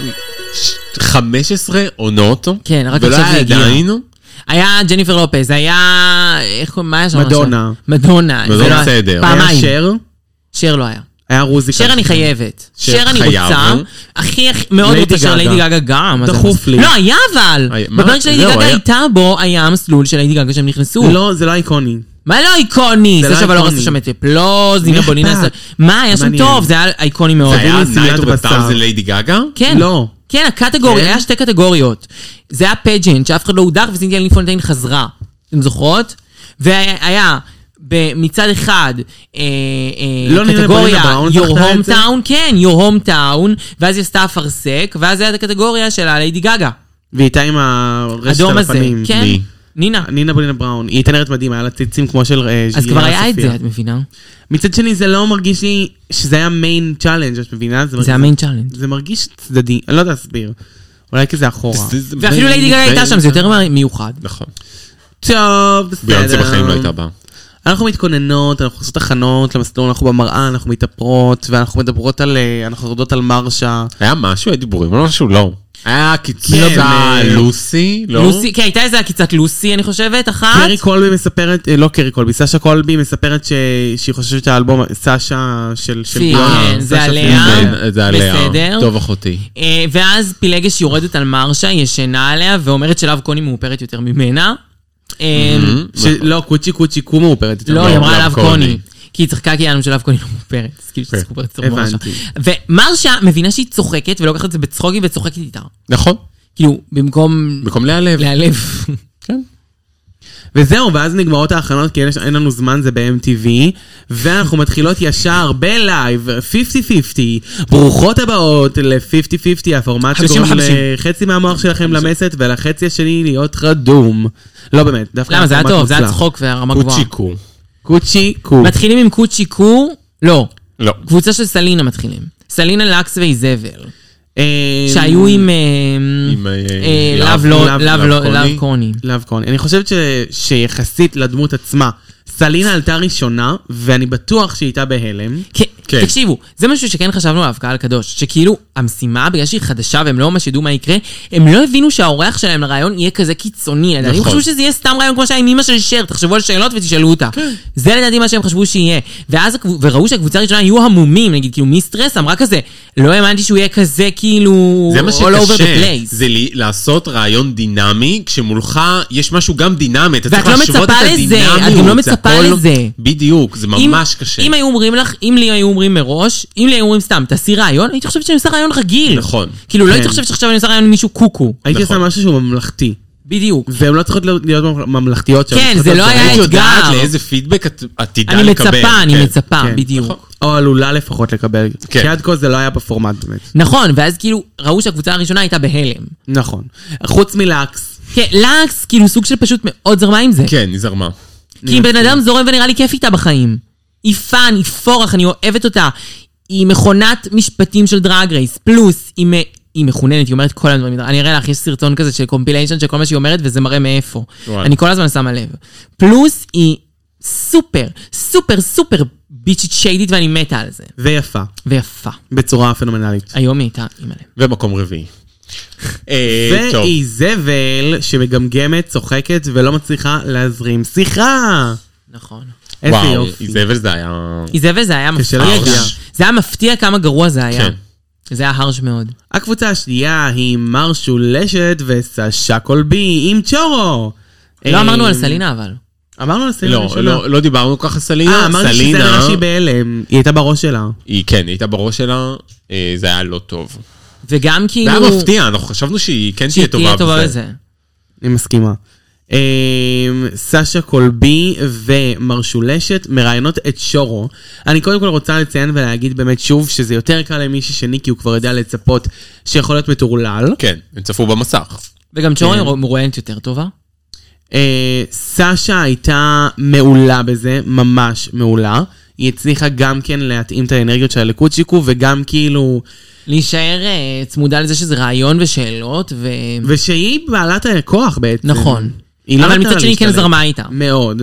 Speaker 4: 15 עונות?
Speaker 2: כן, רק
Speaker 4: ולא
Speaker 2: עכשיו זה הגיע.
Speaker 4: עדיין?
Speaker 2: היה ג'ניפר לופז, היה... מה היה שם?
Speaker 3: מדונה.
Speaker 2: מדונה.
Speaker 4: מדונה בסדר.
Speaker 2: פעמיים.
Speaker 3: היה שר?
Speaker 2: שר לא היה.
Speaker 3: היה רוזי.
Speaker 2: שר אני חייבת. שר אני
Speaker 4: חייב.
Speaker 2: רוצה. הכי מאוד רוצה שר ליידי גגה גם.
Speaker 3: דחוף לי.
Speaker 2: לא, היה אבל.
Speaker 4: מה?
Speaker 2: בפרק של ליידי גגה הייתה בו, היה מסלול של ליידי גגה שהם נכנסו.
Speaker 3: לא, זה לא איקוני.
Speaker 2: מה לא איקוני? זה שווה לא רצה שם את פלוז, דינה בולינה. מה, היה שם טוב, זה היה איקוני מאוד.
Speaker 4: זה היה
Speaker 3: נשיאת
Speaker 4: נייט
Speaker 3: בשר.
Speaker 4: ובטאם זה ליידי גגה?
Speaker 2: כן.
Speaker 3: לא.
Speaker 2: כן, הקטגוריה, היה שתי קטגוריות. זה היה פג'נט, שאף אחד לא הודח, וסינתיה ליפונטיין חזרה. אתם זוכרות? והיה מצד אחד קטגוריה your hometown, כן, your hometown, ואז היא עשתה אפרסק, ואז היה את הקטגוריה של הליידי גגה.
Speaker 3: והיא הייתה עם הרשת על הפנים.
Speaker 2: כן, נינה
Speaker 3: בולינה בראון. היא הייתה נראית מדהים, היה לה ציצים כמו של...
Speaker 2: אז כבר היה את זה, את מבינה?
Speaker 3: מצד שני, זה לא מרגיש לי שזה היה מיין צ'אלנג', את מבינה?
Speaker 2: זה המיין צ'אלנג'.
Speaker 3: זה מרגיש צדדי, אני לא יודע להסביר. אולי כזה אחורה.
Speaker 2: ואפילו ליידי גגה הייתה שם, זה יותר מיוחד.
Speaker 4: נכון.
Speaker 3: טוב, בסדר.
Speaker 4: ביונסה בחיים לא הייתה בה.
Speaker 3: אנחנו מתכוננות, אנחנו עושות הכנות למסלול, אנחנו במראה, אנחנו מתאפרות, ואנחנו מדברות על... אנחנו יורדות על מרשה.
Speaker 4: היה משהו, היה דיבורים, אבל משהו לא. היה קיצה לוסי, לא?
Speaker 2: לוסי, כן, הייתה איזה קיצת לוסי, אני חושבת, אחת.
Speaker 3: קרי קולבי מספרת, לא קרי קולבי, סשה קולבי מספרת שהיא חושבת שהאלבום, סשה של
Speaker 2: כן, זה עליה.
Speaker 4: זה עליה.
Speaker 2: בסדר.
Speaker 4: טוב אחותי.
Speaker 2: ואז פילגש יורדת על מרשה, ישנה עליה, ואומרת שלאב קוני מאופרת יותר ממנה.
Speaker 3: לא, קוצ'י קוצ'י קו מאופרת.
Speaker 2: לא, היא אמרה לאב קוני. כי היא צחקה כי היה לנו שלב קוני לא מופרת. אז כאילו שצחקו פרצת מרשה. ומרשה מבינה שהיא צוחקת, ולא לקחת את זה בצחוקי וצוחקת איתה.
Speaker 4: נכון.
Speaker 2: כאילו, במקום
Speaker 4: להיעלב.
Speaker 2: להיעלב.
Speaker 4: כן.
Speaker 3: וזהו, ואז נגמרות ההכנות, כי אין לנו זמן, זה ב-MTV, ואנחנו מתחילות ישר בלייב, 50-50, ברוכות הבאות ל-50-50, הפורמט שגורם לחצי מהמוח שלכם למסת, ולחצי השני להיות רדום. לא באמת, דווקא...
Speaker 2: למה, זה היה טוב, זה היה צחוק והרמה גבוהה.
Speaker 4: קוצ'יקו.
Speaker 3: קוצ'יקו.
Speaker 2: מתחילים עם קוצ'יקו, לא.
Speaker 4: לא.
Speaker 2: קבוצה של סלינה מתחילים. סלינה, לקס ואיזבל. שהיו עם לאב קוני.
Speaker 3: לאב קוני. אני חושבת שיחסית לדמות עצמה, סלינה עלתה ראשונה, ואני בטוח שהיא הייתה בהלם.
Speaker 2: תקשיבו, זה משהו שכן חשבנו עליו, קהל קדוש, שכאילו המשימה, בגלל שהיא חדשה והם לא ממש ידעו מה יקרה, הם לא הבינו שהאורח שלהם לרעיון יהיה כזה קיצוני. לדעתי, הם חשבו שזה יהיה סתם רעיון כמו שהיה עם אמא של שר, תחשבו על שאלות ותשאלו אותה. זה לדעתי מה שהם חשבו שיהיה. וראו שהקבוצה הראשונה היו המומים, נגיד, כאילו מיסטרס אמרה כזה, לא האמנתי שהוא יהיה כזה כאילו
Speaker 4: זה מה
Speaker 2: all over the
Speaker 4: שקשה,
Speaker 2: place.
Speaker 4: זה לעשות רעיון דינמי, כשמולך יש משהו גם דינמי, אתה
Speaker 2: ואת
Speaker 4: צריך
Speaker 2: לא
Speaker 4: להשוות את
Speaker 2: מצפה לזה,
Speaker 4: הדינמיות.
Speaker 2: את גם לא מצפה
Speaker 4: הכל-
Speaker 2: לזה.
Speaker 4: בדיוק, זה ממש קשה.
Speaker 2: אם היו אומרים לך, אם לי היו אומרים מראש, אם לי היו אומרים סתם, תעשי רעיון, הייתי חושבת שאני עושה רעיון רגיל.
Speaker 4: נכון.
Speaker 2: כאילו, לא הייתי חושבת שעכשיו אני עושה רעיון עם מישהו קוקו.
Speaker 3: הייתי עושה משהו שהוא ממלכתי.
Speaker 2: בדיוק.
Speaker 3: והן לא צריכות להיות ממלכתיות.
Speaker 2: כן, זה לא היה
Speaker 4: היית יודעת
Speaker 2: אתגר.
Speaker 4: לאיזה פידבק את תדע
Speaker 2: אני
Speaker 4: לקבל.
Speaker 2: מצפה, אני
Speaker 4: כן.
Speaker 2: מצפה,
Speaker 3: כן.
Speaker 2: בדיוק.
Speaker 3: או עלולה לפחות לקבל.
Speaker 4: כן.
Speaker 3: כי עד כה זה לא היה בפורמט באמת.
Speaker 2: נכון, ואז כאילו, ראו שהקבוצה הראשונה הייתה בהלם.
Speaker 3: נכון. חוץ מלקס.
Speaker 2: כן, לקס, כאילו, סוג של פשוט מאוד זרמה עם זה.
Speaker 4: כן, היא זרמה.
Speaker 2: כי בן אדם זורם ונראה לי כיף איתה בחיים. היא פאן, היא פורח, אני אוהבת אותה. היא מכונת משפטים של דרג רייס, פלוס היא מחוננת, היא אומרת כל הדברים. אני אראה לך, יש סרטון כזה של קומפיליישן של כל מה שהיא אומרת, וזה מראה מאיפה. אני כל הזמן שמה לב. פלוס היא סופר, סופר, סופר ביצ'ית שיידית, ואני מתה על זה.
Speaker 3: ויפה.
Speaker 2: ויפה.
Speaker 3: בצורה פנומנלית.
Speaker 2: היום היא הייתה אימא'לה.
Speaker 4: ומקום רביעי.
Speaker 3: ואיזבל שמגמגמת, צוחקת, ולא מצליחה להזרים שיחה.
Speaker 2: נכון.
Speaker 3: איזה
Speaker 4: וואו,
Speaker 3: יופי.
Speaker 4: איזבל זה היה...
Speaker 2: איזבל זה היה מפתיע. זה היה מפתיע כמה גרוע זה היה.
Speaker 4: כן.
Speaker 2: זה היה הרש מאוד.
Speaker 3: הקבוצה השנייה היא מרשולשת וסשה קולבי עם צ'ורו.
Speaker 2: לא אמרנו על סלינה אבל.
Speaker 3: אמרנו על סלינה ראשונה.
Speaker 4: לא דיברנו ככה סלינה.
Speaker 3: אמרתי שזה נראה שהיא בהלם. היא הייתה בראש שלה.
Speaker 4: היא הייתה בראש שלה, זה היה לא טוב.
Speaker 2: וגם כאילו...
Speaker 4: זה היה מפתיע, אנחנו חשבנו שהיא כן תהיה טובה בזה.
Speaker 3: אני מסכימה. סשה קולבי ומרשולשת מראיינות את שורו. אני קודם כל רוצה לציין ולהגיד באמת שוב שזה יותר קל למישהי שני, כי הוא כבר יודע לצפות שיכול להיות מטורלל.
Speaker 4: כן, הם צפו במסך.
Speaker 2: וגם שורו מרואיינת יותר טובה.
Speaker 3: סשה הייתה מעולה בזה, ממש מעולה. היא הצליחה גם כן להתאים את האנרגיות שלה לקוצ'יקו, וגם כאילו...
Speaker 2: להישאר צמודה לזה שזה רעיון ושאלות,
Speaker 3: ושהיא בעלת הכוח בעצם.
Speaker 2: נכון.
Speaker 3: לא
Speaker 2: אבל מצד שני כן זרמה איתה.
Speaker 3: מאוד.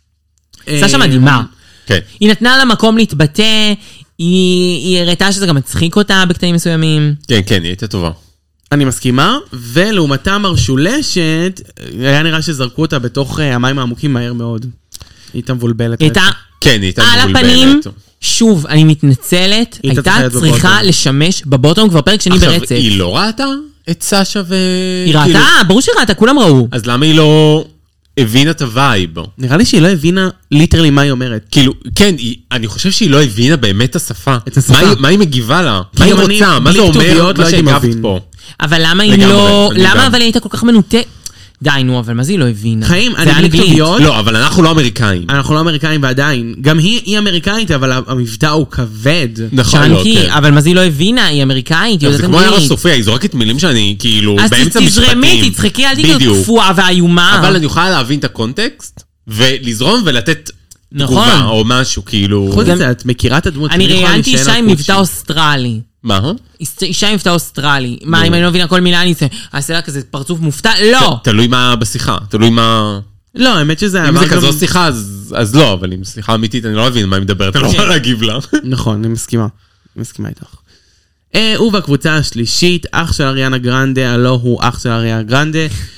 Speaker 2: סשה מדהימה.
Speaker 4: כן.
Speaker 2: היא נתנה לה מקום להתבטא, היא הראתה שזה גם מצחיק אותה בקטעים מסוימים.
Speaker 4: כן, היא הייתה טובה.
Speaker 3: אני מסכימה, ולעומתה מרשולשת, היה נראה שזרקו אותה בתוך המים העמוקים מהר מאוד. היא הייתה מבולבלת.
Speaker 4: כן, היא הייתה
Speaker 2: מבולבלת. על הפנים, שוב, אני מתנצלת, הייתה צריכה לשמש בבוטום כבר פרק שני ברצף.
Speaker 4: עכשיו, היא לא ראתה את סשה ו...
Speaker 2: היא ראתה, ברור שהיא ראתה, כולם ראו.
Speaker 4: אז למה היא לא הבינה את הווייב?
Speaker 3: נראה לי שהיא לא הבינה ליטרלי מה היא אומרת.
Speaker 4: כאילו, כן, אני חושב שהיא לא הבינה באמת את השפה.
Speaker 3: את השפה.
Speaker 4: מה היא מגיבה לה? מה היא רוצה? מה זה אומר? מה שהגבת פה?
Speaker 2: אבל למה היא לא... למה אבל היא הייתה כל כך מנותקת? די, נו, אבל מה זה היא לא הבינה?
Speaker 3: חיים, אני בלי כתוביות.
Speaker 4: לא, אבל אנחנו לא אמריקאים.
Speaker 3: אנחנו לא אמריקאים ועדיין. גם היא אמריקאית, אבל המבטא הוא כבד.
Speaker 4: נכון, לא, כן.
Speaker 2: אבל מה זה היא לא הבינה? היא אמריקאית,
Speaker 4: זה כמו ירה סופיה, היא זורקת מילים שאני כאילו באמצע משפטים.
Speaker 2: אז תזרמי, תצחקי, אל תהיי קפואה והאיומה.
Speaker 4: אבל אני יכולה להבין את הקונטקסט, ולזרום ולתת תגובה או משהו, כאילו...
Speaker 3: חוץ מזה, את מכירה את הדמות?
Speaker 2: אני ראיינתי אישה עם מבטא אוסטרלי.
Speaker 4: מה?
Speaker 2: אישה עם מבטא אוסטרלי. מה, אם אני לא מבינה כל מילה, אני אעשה לה כזה פרצוף מופתע? לא!
Speaker 4: תלוי מה בשיחה, תלוי מה...
Speaker 3: לא, האמת שזה...
Speaker 4: אם זה כזו שיחה, אז לא, אבל אם שיחה אמיתית, אני לא מבין מה היא מדברת, אני לא יכול להגיב לה.
Speaker 3: נכון, אני מסכימה. אני מסכימה איתך. ובקבוצה השלישית, אח של אריאנה גרנדה, הלא הוא אח של אריאנה גרנדה.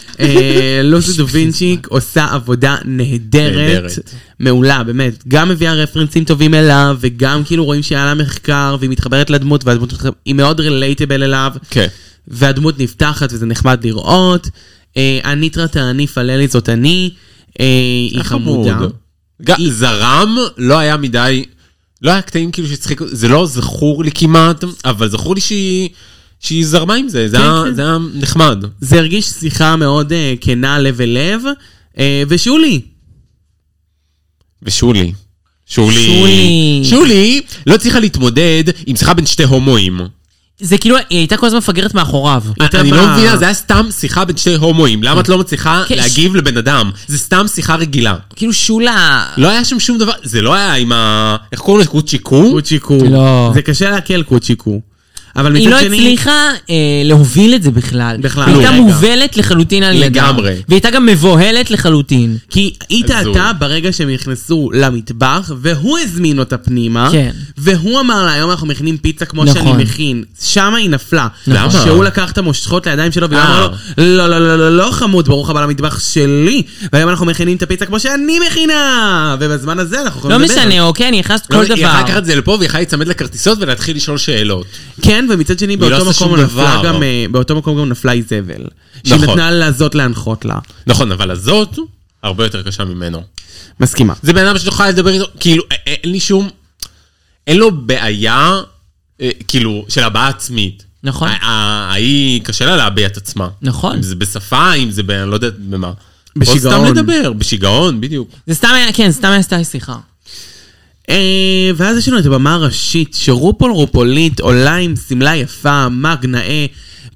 Speaker 3: לוסי דווינצ'יק עושה עבודה נהדרת, מעולה, באמת. גם מביאה רפרנסים טובים אליו, וגם כאילו רואים שהיה לה מחקר, והיא מתחברת לדמות, והדמות היא מאוד רילייטבל אליו.
Speaker 4: כן.
Speaker 3: והדמות נפתחת, וזה נחמד לראות. הניטרה תעניף הללי זאת אני, היא חמודה.
Speaker 4: זרם לא היה מדי, לא היה קטעים כאילו שצחיק, זה לא זכור לי כמעט, אבל זכור לי שהיא זרמה עם זה, זה היה נחמד.
Speaker 3: זה הרגיש שיחה מאוד כנה לב אל לב, ושולי לא צריכה להתמודד עם שיחה בין שתי הומואים.
Speaker 2: זה כאילו, היא הייתה כל הזמן מפגרת מאחוריו.
Speaker 4: אני לא מבינה, זה היה סתם שיחה בין שתי הומואים. למה את לא מצליחה להגיב לבן אדם? זה סתם שיחה רגילה.
Speaker 2: כאילו שולה...
Speaker 4: לא היה שם שום דבר, זה לא היה עם ה... איך קוראים לזה? קוצ'יקו?
Speaker 3: קוצ'יקו.
Speaker 2: לא.
Speaker 3: זה קשה להקל קוצ'יקו. אבל
Speaker 2: היא לא הצליחה להוביל את זה בכלל. היא הייתה מובלת לחלוטין על ידה.
Speaker 4: לגמרי.
Speaker 2: והיא הייתה גם מבוהלת לחלוטין.
Speaker 3: כי היא טעתה ברגע שהם נכנסו למטבח, והוא הזמין אותה פנימה, והוא אמר לה, היום אנחנו מכינים פיצה כמו שאני מכין. שמה היא נפלה.
Speaker 4: למה?
Speaker 3: שהוא לקח את המושכות לידיים שלו, והיא אמרה לו, לא, לא, לא, לא, לא חמוד, ברוך הבא למטבח שלי, והיום אנחנו מכינים את הפיצה כמו שאני מכינה. ובזמן הזה אנחנו יכולים לדבר.
Speaker 2: לא משנה, אוקיי, אני נכנסת כל דבר.
Speaker 4: היא יכולה לקחת את זה לפה, והיא יכולה להצמד לכרטיסות ולהתחיל לשאול שאלות.
Speaker 3: כן, ומצד שני באותו מקום גם נפלה איזבל. שהיא נתנה לזאת להנחות לה.
Speaker 4: נכון, אבל הזאת הרבה יותר קשה ממנו.
Speaker 3: מסכימה.
Speaker 4: זה בן אדם שתוכל לדבר איתו, כאילו, אין לי שום... אין לו בעיה, כאילו, של הבעה עצמית.
Speaker 2: נכון.
Speaker 4: היא קשה לה להביע את עצמה.
Speaker 2: נכון.
Speaker 4: אם זה בשפה, אם זה אני לא יודעת במה.
Speaker 3: בשיגעון.
Speaker 4: או סתם לדבר, בשיגעון, בדיוק.
Speaker 2: זה סתם היה, כן, סתם היה שיחה.
Speaker 3: ואז יש לנו את הבמה הראשית, שרופולית עולה עם סמלה יפה, מג נאה,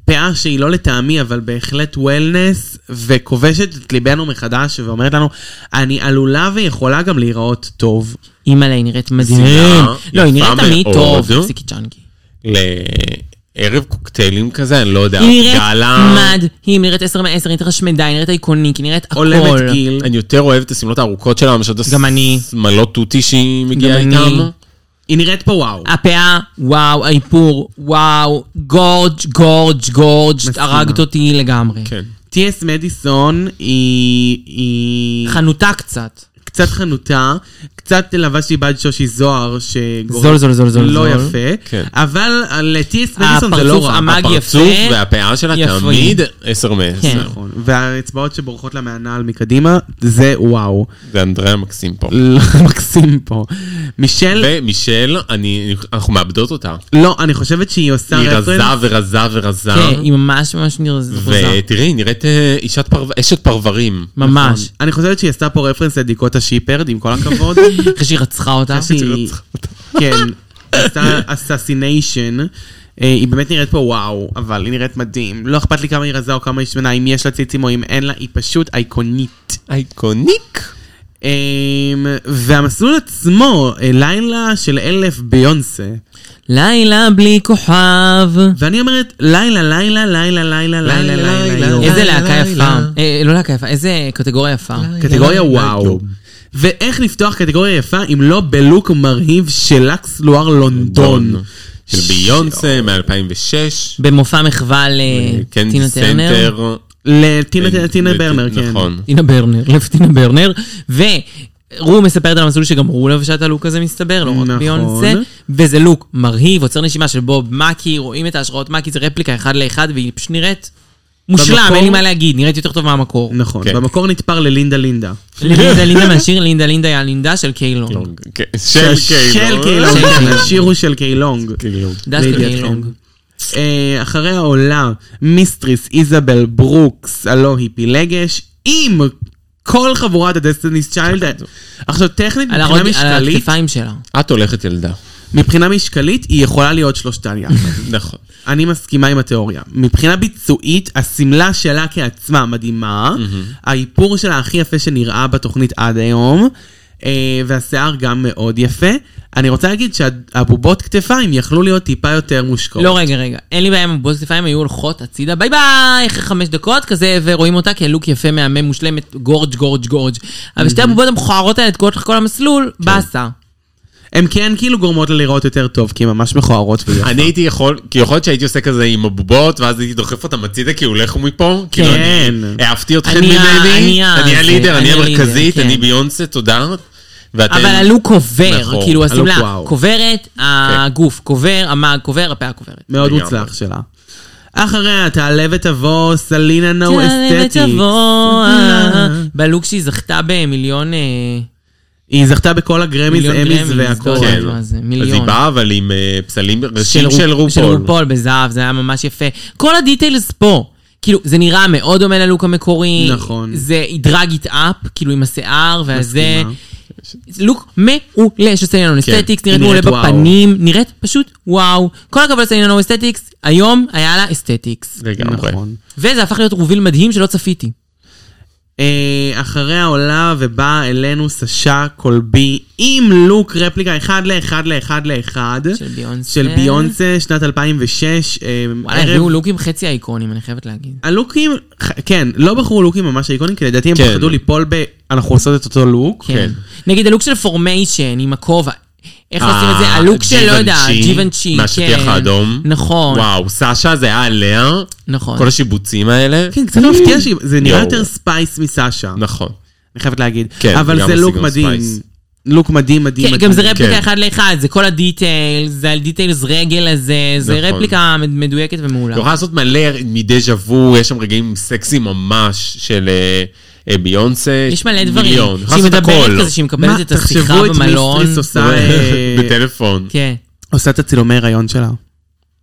Speaker 3: פאה שהיא לא לטעמי, אבל בהחלט וולנס, וכובשת את ליבנו מחדש, ואומרת לנו, אני עלולה ויכולה גם להיראות טוב.
Speaker 2: אימא'לה, היא נראית מדהים. לא, היא נראית תמיד טוב. תפסיקי צ'אנקי.
Speaker 4: לערב קוקטיילים כזה, אני לא יודע.
Speaker 2: היא נראית מדהים, היא נראית 10/10, היא נראית רשמדה, היא נראית איקוניק, היא נראית הכל.
Speaker 3: עולמת גיל.
Speaker 4: אני יותר אוהב את הסמלות הארוכות שלה,
Speaker 2: גם אני.
Speaker 4: שמלות טוטי שהיא מגיעה איתם.
Speaker 3: היא נראית פה וואו.
Speaker 2: הפאה, וואו, האיפור, וואו, גורג', הרגת אותי לגמרי.
Speaker 4: כן.
Speaker 3: טי.אס. מדיסון היא...
Speaker 2: חנותה קצת.
Speaker 3: קצת חנותה, קצת לבשתי בד שושי זוהר,
Speaker 2: זול.
Speaker 3: לא יפה, אבל לטי.אס. מדיסון זה לא רע.
Speaker 4: הפרצוף והפאה שלה תמיד 10/10.
Speaker 3: נכון, והאצבעות שבורחות לה מהנעל מקדימה, זה וואו.
Speaker 4: זה אנדריה מקסים פה.
Speaker 3: מקסים פה.
Speaker 4: ומישל, אנחנו מאבדות אותה.
Speaker 3: לא, אני חושבת שהיא עושה
Speaker 4: רפרנס. היא רזה.
Speaker 2: כן, היא ממש נרזה.
Speaker 4: ותראי, היא נראית אשת פרברים.
Speaker 2: ממש.
Speaker 3: אני חושבת שהיא עשתה פה רפרנס לדיקות השיפרד, עם כל הכבוד.
Speaker 2: אחרי שהיא רצחה אותה.
Speaker 3: כן, עשתה אססיניישן. היא באמת נראית פה וואו, אבל היא נראית מדהים. לא אכפת לי כמה היא רזה או כמה היא שמנה, אם יש לה ציצים או אם אין לה, היא פשוט אייקונית.
Speaker 4: אייקוניק.
Speaker 3: והמסלול עצמו, לילה של 1000 ביונסה.
Speaker 2: לילה בלי כוכב.
Speaker 3: ואני אומרת, לילה.
Speaker 2: איזה להקה יפה. לא להקה יפה, איזה קטגוריה יפה.
Speaker 3: קטגוריה וואו. ואיך לפתוח קטגוריה יפה אם לא בלוק מרהיב של לקס לואר לונדון.
Speaker 4: של ביונסה מ-2006.
Speaker 2: במופע מחווה לטינה טרנר.
Speaker 3: לטינה ברנר, כן.
Speaker 4: נכון.
Speaker 2: טינה ברנר. רו מספרת על המסלול שגם רו לבשה את הלוק הזה מסתבר, לא רק ביונסה. וזה לוק מרהיב, עוצר נשימה של בוב מקי, רואים את ההשראות מקי, זה רפליקה 1:1, והיא פשוט נראית מושלם, אין לי מה להגיד, נראית יותר טוב מהמקור.
Speaker 3: נכון, במקור נתפר ללינדה.
Speaker 2: לינדה מהשיר, לינדה היה לינדה של קיילונג.
Speaker 3: של קיילונג, השיר הוא של קיילונג.
Speaker 2: דווקא קיילונג.
Speaker 3: אחרי העולה, מיסטריס איזבל ברוקס, הלא היא פילגש, עם כל חבורת הדסטיניס צ'יילד. עכשיו טכנית, מבחינה משקלית,
Speaker 2: על הכתפיים שלה.
Speaker 4: את הולכת ילדה.
Speaker 3: מבחינה משקלית, היא יכולה להיות שלושתן יחד.
Speaker 4: נכון.
Speaker 3: אני מסכימה עם התיאוריה. מבחינה ביצועית, הסמלה שלה כעצמה מדהימה, האיפור שלה הכי יפה שנראה בתוכנית עד היום, והשיער גם מאוד יפה. אני רוצה להגיד שהבובות כתפיים יכלו להיות טיפה יותר מושקעות.
Speaker 2: לא, רגע. אין לי בעיה עם הבובות כתפיים, היו הולכות הצידה, ביי ביי, אחרי 5 דקות כזה, ורואים אותה כלוק יפה, מהמם, מושלמת, גורג'. אבל שתי הבובות המכוערות האלה תקועות לך כל המסלול, בסה.
Speaker 3: הם כן כאילו גורמות לה לראות יותר טוב, כי הן ממש מכוערות ויפה.
Speaker 4: אני הייתי יכול להיות שהייתי עושה כזה עם הבובות, ואז הייתי דוחף אותם הצידה, כי הוא הולך מפה.
Speaker 3: כן.
Speaker 4: העפתי אתכם ממני, אני הלידר, אני המרכזית, אני ביונסה, תודה.
Speaker 2: אבל הלוק קובר, כאילו הסמלה קוברת, הגוף קובר, המאג קובר, הפאה קוברת.
Speaker 3: מאוד מוצלח שלה. אחריה, תעלה ותבוא, סלינה נו אסתטיקס.
Speaker 2: תעלה ותבוא, בלוק שהיא זכתה במיליון...
Speaker 3: היא זכתה בכל הגרמיז, אמיז והכל.
Speaker 4: אז היא באה, אבל עם פסלים ראשים של רופול.
Speaker 2: של רופול בזהב, זה היה ממש יפה. כל הדיטיילס פה, כאילו, זה נראה מאוד דומה ללוק המקורי.
Speaker 3: נכון.
Speaker 2: זה דרג איט אפ, כאילו עם השיער, והזה... לוק מעולה של סלינה אסתטיקס, נראית מעולה בפנים, נראית פשוט וואו. כל הכבוד לסלינה אסתטיקס, היום היה לה אסתטיקס.
Speaker 3: נכון.
Speaker 2: וזה הפך להיות רוביל מדהים שלא צפיתי.
Speaker 3: אחרי העולה ובאה אלינו סשה קולבי עם לוק רפליקה 1:1 של ביונסה שנת 2006.
Speaker 2: וואלה, הביאו לוקים חצי אייקונים, אני חייבת להגיד.
Speaker 3: הלוקים, כן, לא בחרו לוקים ממש אייקונים, כי לדעתי הם פחדו ליפול אנחנו עושות את אותו לוק.
Speaker 2: נגיד הלוק של פורמיישן עם הכובע, איך עושים את זה? הלוק של, לא יודע, ג'יוונצ'י.
Speaker 4: מהשטיח האדום.
Speaker 2: נכון.
Speaker 4: וואו, סשה זה היה עליה.
Speaker 2: נכון.
Speaker 4: כל השיבוצים האלה.
Speaker 3: כן, קצת מפתיע שזה נראה יותר ספייס מסשה.
Speaker 4: נכון.
Speaker 3: אני חייבת להגיד.
Speaker 4: כן,
Speaker 3: אבל זה לוק מדהים. לוק מדהים.
Speaker 2: גם זה רפליקה 1:1, זה כל הדיטיילס, זה הדיטיילס רגל הזה, זה רפליקה מדויקת ומעולה.
Speaker 4: אתה יכול לעשות מלא מדז'ה וו, יש שם רגעים סקסי ממש של... ביונסה,
Speaker 2: יש מלא דברים, שהיא מדברת כזה, שהיא מקבלת את השיחה במלון.
Speaker 3: תחשבו את מיסטריס עושה...
Speaker 4: בטלפון.
Speaker 2: כן.
Speaker 3: עושה את הצילומי הריון שלה.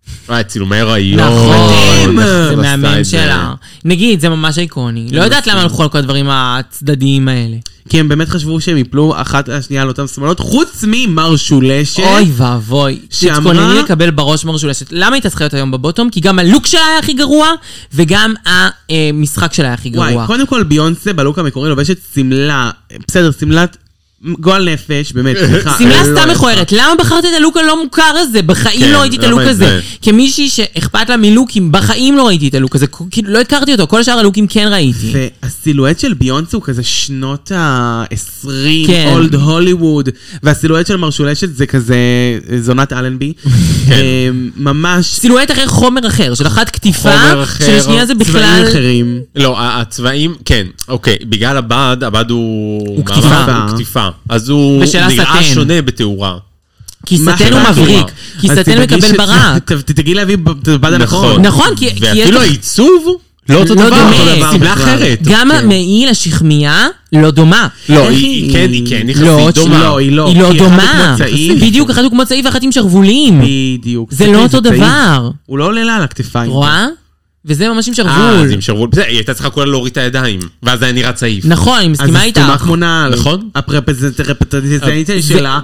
Speaker 4: צילומי הריון.
Speaker 2: נכון, זה
Speaker 4: עשה
Speaker 2: מהמם
Speaker 4: את זה.
Speaker 2: שלה. נגיד, זה ממש איקוני. לא יודעת למה הלכו על כל הדברים הצדדיים האלה.
Speaker 3: כי הם באמת חשבו שהם יפלו אחת השנייה על אותם שמאלות, חוץ ממרשולשת.
Speaker 2: אוי ואבוי. תתכונני לקבל בראש מרשולשת. למה היא צריכה להיות היום בבוטום? כי גם הלוק שלה היה הכי גרוע, וגם המשחק שלה היה הכי גרוע.
Speaker 3: וואי, קודם כל ביונסה בלוק המקורי לובשת סמלה, בסדר, סמלת גועל נפש, באמת, סליחה.
Speaker 2: סמלה סתם מכוערת. למה בחרת את הלוק הלא מוכר הזה? בחיים לא ראיתי את הלוק הזה. כמישהי שאכפת לה מלוקים, בחיים לא ראיתי את הלוק הזה. לא הכרתי אותו, כל השאר הלוקים כן ראיתי.
Speaker 3: והסילואט של ביונסה הוא כזה שנות ה-20, אולד הוליווד, והסילואט של מרשולשת זה כזה זונת אלנבי. ממש...
Speaker 2: סילואט אחר, חומר אחר, של אחת כתיפה, של השנייה זה בכלל...
Speaker 3: צבעים אחרים.
Speaker 4: לא, הצבעים, כן, אוקיי, בגלל הבד הוא כתיפה. אז הוא נראה שונה בתאורה.
Speaker 2: כי סטן הוא מבריק, כי סטן מקבל ברק.
Speaker 3: תגידי להביא בבד הנכון.
Speaker 2: נכון, כי...
Speaker 4: ואפילו העיצוב לא אותו דבר, סמלה אחרת.
Speaker 2: גם המעיל, השכמיה, לא דומה.
Speaker 4: לא, היא כן יחסית דומה.
Speaker 3: לא, היא לא.
Speaker 2: היא לא דומה. בדיוק, אחת הוא כמו צעיף ואחת עם שרוולים.
Speaker 3: בדיוק.
Speaker 2: זה לא אותו דבר.
Speaker 3: הוא לא עולה לה על הכתפיים.
Speaker 2: רואה? וזה ממש עם שרוול.
Speaker 4: אז עם שרוול. היא הייתה צריכה כולה להוריד את הידיים, ואז זה היה נראה צעיף.
Speaker 2: נכון, אני מסכימה איתך.
Speaker 3: אז זה כמו נעל.
Speaker 4: נכון?
Speaker 3: הפרפטטיזנית שלה.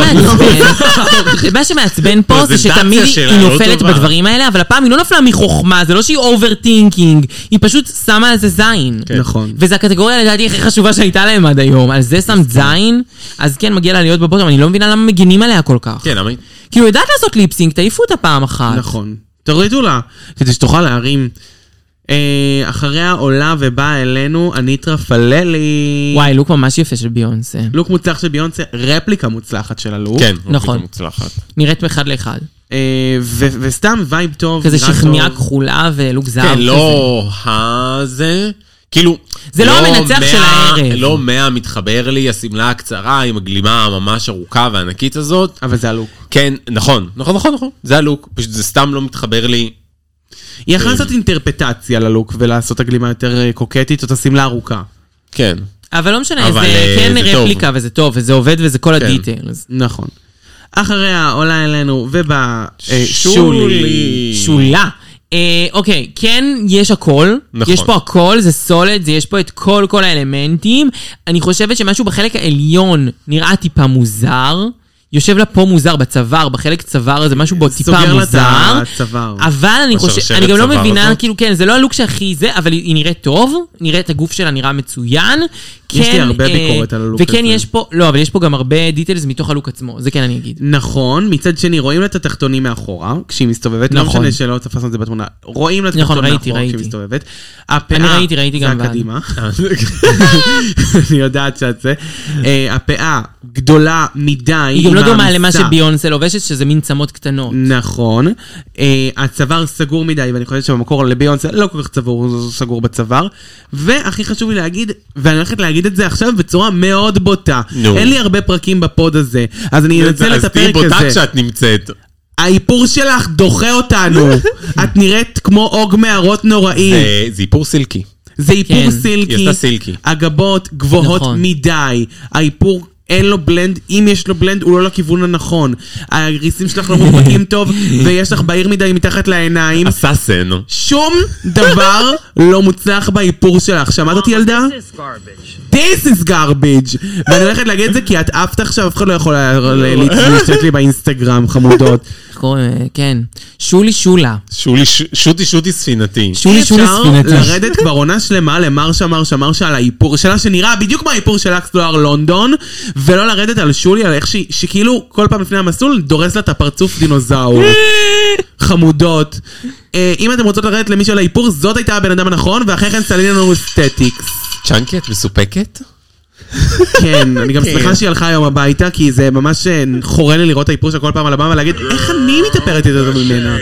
Speaker 2: מה שמעצבן פה זה שתמיד היא נופלת בדברים האלה, אבל הפעם היא לא נפלה מחוכמה, זה לא שהיא אוברטינקינג, היא פשוט שמה על זה זין.
Speaker 3: נכון.
Speaker 2: וזו הקטגוריה לדעתי הכי חשובה שהייתה להם עד היום. על זה שמת זין, אז כן מגיע לה להיות בבוטום, אני לא מבינה למה מגינים עליה כל כך.
Speaker 4: כן, למה?
Speaker 2: כאילו יודעת לעשות ליפסינג, תעיפו אותה פעם אחת.
Speaker 3: נכון. תורידו לה, כדי שתוכל להרים. אחריה עולה ובאה אלינו אניטרה פללי.
Speaker 2: וואי, לוק ממש יפה של ביונסה.
Speaker 3: לוק מוצלח של ביונסה, רפליקה מוצלחת של הלוק.
Speaker 4: כן,
Speaker 2: נכון.
Speaker 4: מוצלחת.
Speaker 2: נראית מאחד לאחד.
Speaker 3: וסתם וייב טוב.
Speaker 2: כזה שכמיה כחולה ולוק זהב.
Speaker 4: כן, לא הזה... כאילו...
Speaker 2: זה לא המנצח של הערב.
Speaker 4: לא 100 מתחבר לי, הסמלה הקצרה עם הגלימה הממש ארוכה והענקית הזאת.
Speaker 3: אבל זה הלוק.
Speaker 4: כן, נכון. זה הלוק. פשוט זה סתם לא מתחבר לי.
Speaker 3: היא יכולה לעשות אינטרפטציה ללוק ולעשות הגלימה יותר קוקטית או את הסמלה ארוכה.
Speaker 4: כן.
Speaker 2: אבל לא משנה, זה כן רפליקה וזה טוב, וזה עובד וזה כל הדיטיילס.
Speaker 3: נכון. אחריה עולה אלינו ובא
Speaker 2: שולה. אוקיי, כן, יש הכל.
Speaker 4: נכון.
Speaker 2: יש פה הכל, זה סולד, יש פה את כל האלמנטים. אני חושבת שמשהו בחלק העליון נראה טיפה מוזר. יושב לה פה מוזר בצוואר, בחלק צוואר, זה משהו בו טיפה מוזר. סוגר לה את הצוואר. אבל אני גם לא מבינה, כאילו, כן, זה לא הלוק שהכי זה, אבל היא נראית טוב, נראית הגוף שלה נראה מצוין.
Speaker 3: יש לי הרבה ביקורת על הלוק הזה.
Speaker 2: וכן, יש פה, לא, אבל יש פה גם הרבה דיטלס מתוך הלוק עצמו, זה כן אני אגיד.
Speaker 3: נכון, מצד שני, רואים לה את התחתונים מאחורה, כשהיא מסתובבת, לא משנה שלא תפסנו את זה בתמונה, רואים לה את התחתונים מאחורה כשהיא מסתובבת.
Speaker 2: אני ראיתי גם
Speaker 3: בעד. אני יודעת שאת זה. הפאה גדולה מדי.
Speaker 2: היא גם לא דומה למה שביונסה לובשת, שזה מין צמות קטנות.
Speaker 3: נכון. הצוואר סגור מדי, ואני חושבת שבמקור לביונסה לא כל כך סגור בצוואר. והכי חשוב לי להגיד, ואני הולכת להגיד את זה עכשיו בצורה מאוד בוטה. אין לי הרבה פרקים בפוד הזה, אז אני אנצל את הפרק הזה.
Speaker 4: אז תהי בוטה כשאת נמצאת.
Speaker 3: האיפור שלך דוחה אותנו. את נראית כמו אוג מערות נוראי.
Speaker 4: זה איפור סילקי.
Speaker 3: זה איפור סילקי. הגבות גבוהות מדי. האיפור אין לו בלנד, אם יש לו בלנד הוא לא לכיוון הנכון. הגריסים שלך לא מופקים טוב ויש לך בהיר מדי מתחת לעיניים.
Speaker 4: אססן.
Speaker 3: שום דבר לא מוצלח באיפור שלך. שמעת אותי ילדה? This is garbage. ואני הולכת להגיד את זה כי את עפת עכשיו, אף אחד לא יכול להשתת לי באינסטגרם, חמודות.
Speaker 2: כן. שולה.
Speaker 4: שוטי ספינתי.
Speaker 3: אפשר לרדת כבר עונה שלמה למרשה על האיפור שלה, שנראה בדיוק כמו האיפור של אקסלואר לונדון, ולא לרדת על שולי, על איך שכאילו כל פעם לפני המסלול דורס לה את הפרצוף דינוזאור. חמודות. אם אתם רוצות לרדת למישהו על האיפור, זאת הייתה הבן אדם הנכון, ואחרי כן סלינה לנו סטטיקס.
Speaker 4: צ'אנקי, את מסופקת?
Speaker 3: כן, אני גם שמחה שהיא הלכה היום הביתה, כי זה ממש חורה לי לראות האיפור של כל פעם על הבמה, ולהגיד, איך אני מתאפרת את זה ממנה?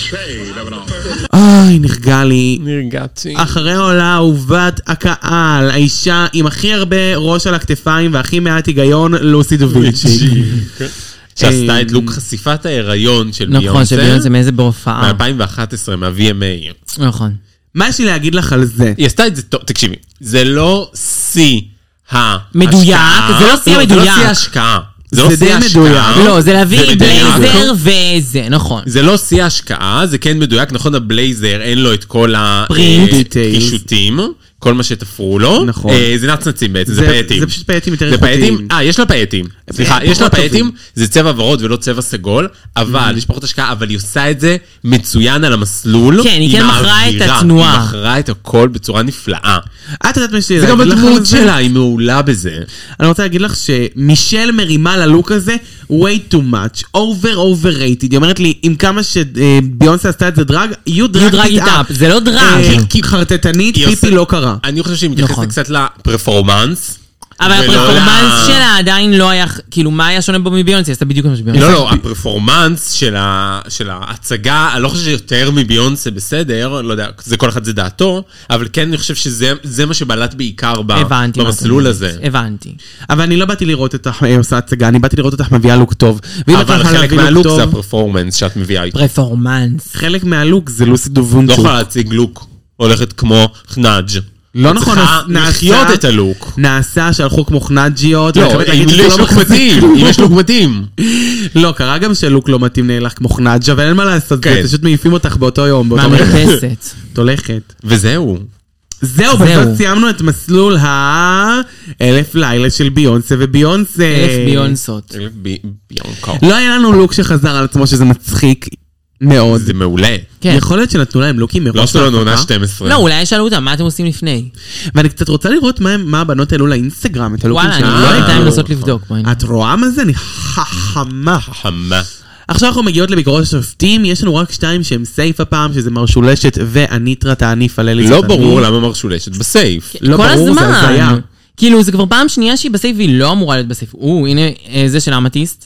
Speaker 3: נרגע לי.
Speaker 4: נרגעתי.
Speaker 3: אחרי עולה אהובת הקהל, האישה עם הכי הרבה ראש על הכתפיים, והכי מעט היגיון, לוסי דוביצ'י.
Speaker 4: שעשתה את לוק חשיפת ההיריון של ביונסה.
Speaker 2: נכון, של ביונסה מאיזה בהופעה.
Speaker 4: מ-2011, מה-VMA.
Speaker 2: נכון.
Speaker 3: מה יש לי להגיד לך על זה?
Speaker 4: היא עשתה את זה טוב, תקשיבי, זה לא שיא ההשקעה.
Speaker 2: מדויק, זה לא שיא המדויק.
Speaker 4: זה לא שיא ההשקעה. זה לא
Speaker 3: זה די
Speaker 4: שיא
Speaker 3: מדויק.
Speaker 4: השקעה.
Speaker 2: לא, זה להביא
Speaker 4: זה מדויק.
Speaker 2: בלייזר וזה, נכון.
Speaker 4: זה לא שיא ההשקעה, זה כן מדויק, נכון, הבלייזר אין לו את כל
Speaker 2: Print
Speaker 4: הקישוטים, כל מה שתפרו לו.
Speaker 3: נכון.
Speaker 4: זה נצנצים בעצם, זה פייטים.
Speaker 3: זה פשוט פייטים יותר
Speaker 4: זה פייטים,
Speaker 3: איכותיים.
Speaker 4: יש לה פייטים. סליחה,
Speaker 3: פחות
Speaker 4: יש לה פייטים,
Speaker 3: טובים.
Speaker 4: זה צבע ורוד ולא צבע סגול, אבל יש פחות השקעה, אבל היא עושה את זה מצוין על המסלול.
Speaker 2: כן, היא כן מכרה את
Speaker 4: מעבירה,
Speaker 2: התנועה.
Speaker 4: היא מכרה את הכל בצורה נפלאה.
Speaker 3: את יודעת מה שלי
Speaker 4: זה גם
Speaker 3: להגיד לך על
Speaker 4: הדמות
Speaker 3: זה?
Speaker 4: שלה, היא מעולה בזה.
Speaker 3: אני רוצה להגיד לך שמישל מרימה ללוק הזה way too much, overrated. היא אומרת לי, עם כמה שביונסה עשתה את זה דרג, you drag it up.
Speaker 2: זה לא דרג.
Speaker 3: כי חרטטנית,
Speaker 4: היא
Speaker 3: פיפי
Speaker 4: עושה-
Speaker 3: לא קרה.
Speaker 4: אני חושב שהיא מתייחסת
Speaker 2: נכון.
Speaker 4: קצת לפרפורמנס.
Speaker 2: אבל
Speaker 4: ולא
Speaker 2: הפרפורמנס
Speaker 4: ל-
Speaker 2: שלה עדיין לא היה, כאילו, מה היה שונה בו מביונסי? עשתה בדיוק כמו שביונסי.
Speaker 4: לא, הפרפורמנס של ההצגה, אני לא חושב שיותר מביונסה בסדר, לא יודע, זה כל אחד זה דעתו, אבל כן אני חושב שזה מה שבלט בעיקר
Speaker 2: הבנתי. מה
Speaker 4: במסלול
Speaker 2: אתה
Speaker 4: הזה.
Speaker 2: אומר. הבנתי.
Speaker 3: אבל אני לא באתי לראות אותך עושה הצגה, אני באתי לראות אותך מביאה לוק טוב. ואם את
Speaker 4: אבל
Speaker 3: יכולה
Speaker 4: חלק
Speaker 3: להביא לוק
Speaker 4: מהלוק
Speaker 3: טוב,
Speaker 4: זה הפרפורמנס שאת מביאה איתו.
Speaker 2: פרפורמנס.
Speaker 3: חלק מהלוק זה לוסי
Speaker 4: לא
Speaker 3: דובונצ'וק.
Speaker 4: יכולה להציג לוק, הולכת כמו חנאג'.
Speaker 3: לא נכון,
Speaker 4: צריכה
Speaker 3: נעשה-
Speaker 4: לחיות את הלוק.
Speaker 3: נעשה שהלכו כמו חנג'יות.
Speaker 4: לא,
Speaker 3: ואני
Speaker 4: אם
Speaker 3: אגיד שזה
Speaker 4: יש
Speaker 3: לא
Speaker 4: לוק
Speaker 3: מחזיק
Speaker 4: מתאים,
Speaker 3: כלום.
Speaker 4: אם יש לוק מתאים.
Speaker 3: לא, קרה גם שלוק לא מתאים נהלך כמו חנג' אבל אין מה לעשות,
Speaker 4: כן.
Speaker 3: פשוט מעיפים אותך באותו יום, באותו רגע.
Speaker 2: מהמרפסת.
Speaker 3: את הולכת.
Speaker 4: וזהו.
Speaker 3: זהו, בזאת סיימנו את מסלול ה-1000 לילה של ביונסה וביונסה.
Speaker 2: 1000 ביונסות.
Speaker 4: ביונקו.
Speaker 3: לא היה לנו לוק שחזר על עצמו שזה מצחיק מאוד.
Speaker 4: זה מעולה.
Speaker 2: כן.
Speaker 3: יכול להיות שנתנו להם לוקים מראש.
Speaker 4: לא עשו לנו עונה
Speaker 3: להפקה.
Speaker 4: 12.
Speaker 2: לא, אולי ישאלו אותם, מה אתם עושים לפני?
Speaker 3: ואני קצת רוצה לראות מה הבנות העלו לאינסטגרם, את הלוקים
Speaker 2: וואלה, אני
Speaker 3: שלהם.
Speaker 2: לא
Speaker 3: לא
Speaker 2: הייתה
Speaker 3: הייתה.
Speaker 2: לנסות לבדוק. בואי.
Speaker 3: את רואה מה זה? אני חכמה.
Speaker 4: חמה.
Speaker 3: עכשיו אנחנו מגיעות לביקורות השופטים, יש לנו רק 2 שהם סייף הפעם, שזה מרשולשת ואניטרה תעניף על אלי
Speaker 4: לא
Speaker 3: סטני.
Speaker 4: ברור למה מרשולשת בסייף.
Speaker 3: לא
Speaker 2: כל
Speaker 3: ברור, זה הזיה.
Speaker 2: הזמן. כאילו, זה כבר פעם שנייה שהיא בסייף והיא לא אמורה להיות בסייף. הנה, זה של האמתיסט.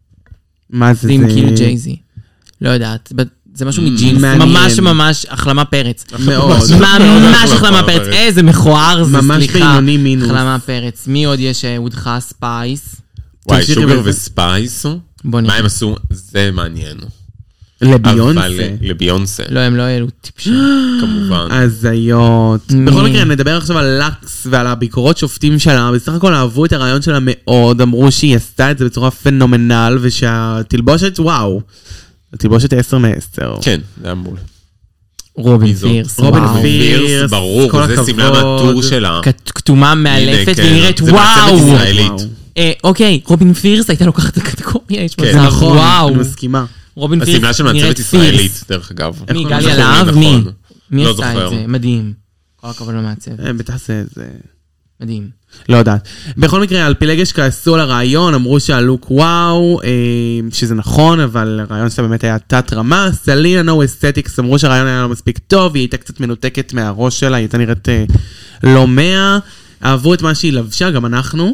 Speaker 3: מה זה?
Speaker 2: זה עם כאילו ג'ייזי. לא יודעת. זה משהו מג'ינס.
Speaker 3: מעניין.
Speaker 2: ממש החלמה פרץ.
Speaker 3: מאוד.
Speaker 2: ממש החלמה פרץ. איזה מכוער זה,
Speaker 3: ממש
Speaker 2: סליחה.
Speaker 3: בינוני מינוס.
Speaker 2: החלמה פרץ. מי עוד יש הודחה? ספייס.
Speaker 4: וואי,
Speaker 3: תמשיכי
Speaker 4: שוגר
Speaker 3: בזה.
Speaker 4: וספייס,
Speaker 2: בוא
Speaker 4: מה
Speaker 2: נראה.
Speaker 4: הם עשו? זה מעניין.
Speaker 3: לביונסה.
Speaker 4: אבל לביונסה,
Speaker 2: לא, הם לא העלו טיפשים.
Speaker 4: כמובן.
Speaker 3: הזיות. בכל מקרה, נדבר עכשיו על לקס ועל הביקורות שופטים שלה. בסך הכל אהבו את הרעיון שלה מאוד, אמרו שהיא עשתה את זה בצורה פנומנל, ושהתלבושת, וואו. התלבושת 10 מ-10.
Speaker 4: כן, זה היה מול.
Speaker 2: רובין
Speaker 4: מי זאת?
Speaker 2: פירס.
Speaker 3: רובין
Speaker 2: וואו.
Speaker 3: פירס.
Speaker 4: ברור,
Speaker 3: כל
Speaker 4: זה
Speaker 3: הכבוד.
Speaker 4: סמלה מהטור שלה.
Speaker 2: כתומה מאלפת
Speaker 4: כן,
Speaker 2: ונראית
Speaker 4: זה מעצבת
Speaker 2: וואו.
Speaker 4: ישראלית.
Speaker 3: וואו.
Speaker 2: אוקיי, רובין פירס הייתה לוקחת את הקטגוריה, יש
Speaker 4: כן,
Speaker 2: מצב.
Speaker 3: נכון,
Speaker 2: וואו.
Speaker 3: אני מסכימה.
Speaker 2: רובין פירס
Speaker 4: הסמלה של
Speaker 2: נראית
Speaker 4: מעצבת
Speaker 2: פירס.
Speaker 4: ישראלית, דרך אגב.
Speaker 2: מי,
Speaker 3: איך
Speaker 2: גלי
Speaker 3: קוראים
Speaker 4: לה?
Speaker 2: אלהב?
Speaker 4: נכון.
Speaker 2: מי? מי
Speaker 4: לא
Speaker 2: עשה את
Speaker 4: זוכר.
Speaker 2: זה? מדהים. כל הכבוד למעצב.
Speaker 3: בטח זה...
Speaker 2: מדהים.
Speaker 3: לא יודעת. בכל מקרה, על פילגש כעסו על הרעיון, אמרו שהלוק וואו, שזה נכון, אבל הרעיון שלה באמת היה תת רמה. סלינה נו אסתטיקס, אמרו שהרעיון היה לא מספיק טוב, היא הייתה קצת מנותקת מהראש שלה, היא הייתה נראית לא 100. אהבו את מה שהיא לבשה, גם אנחנו.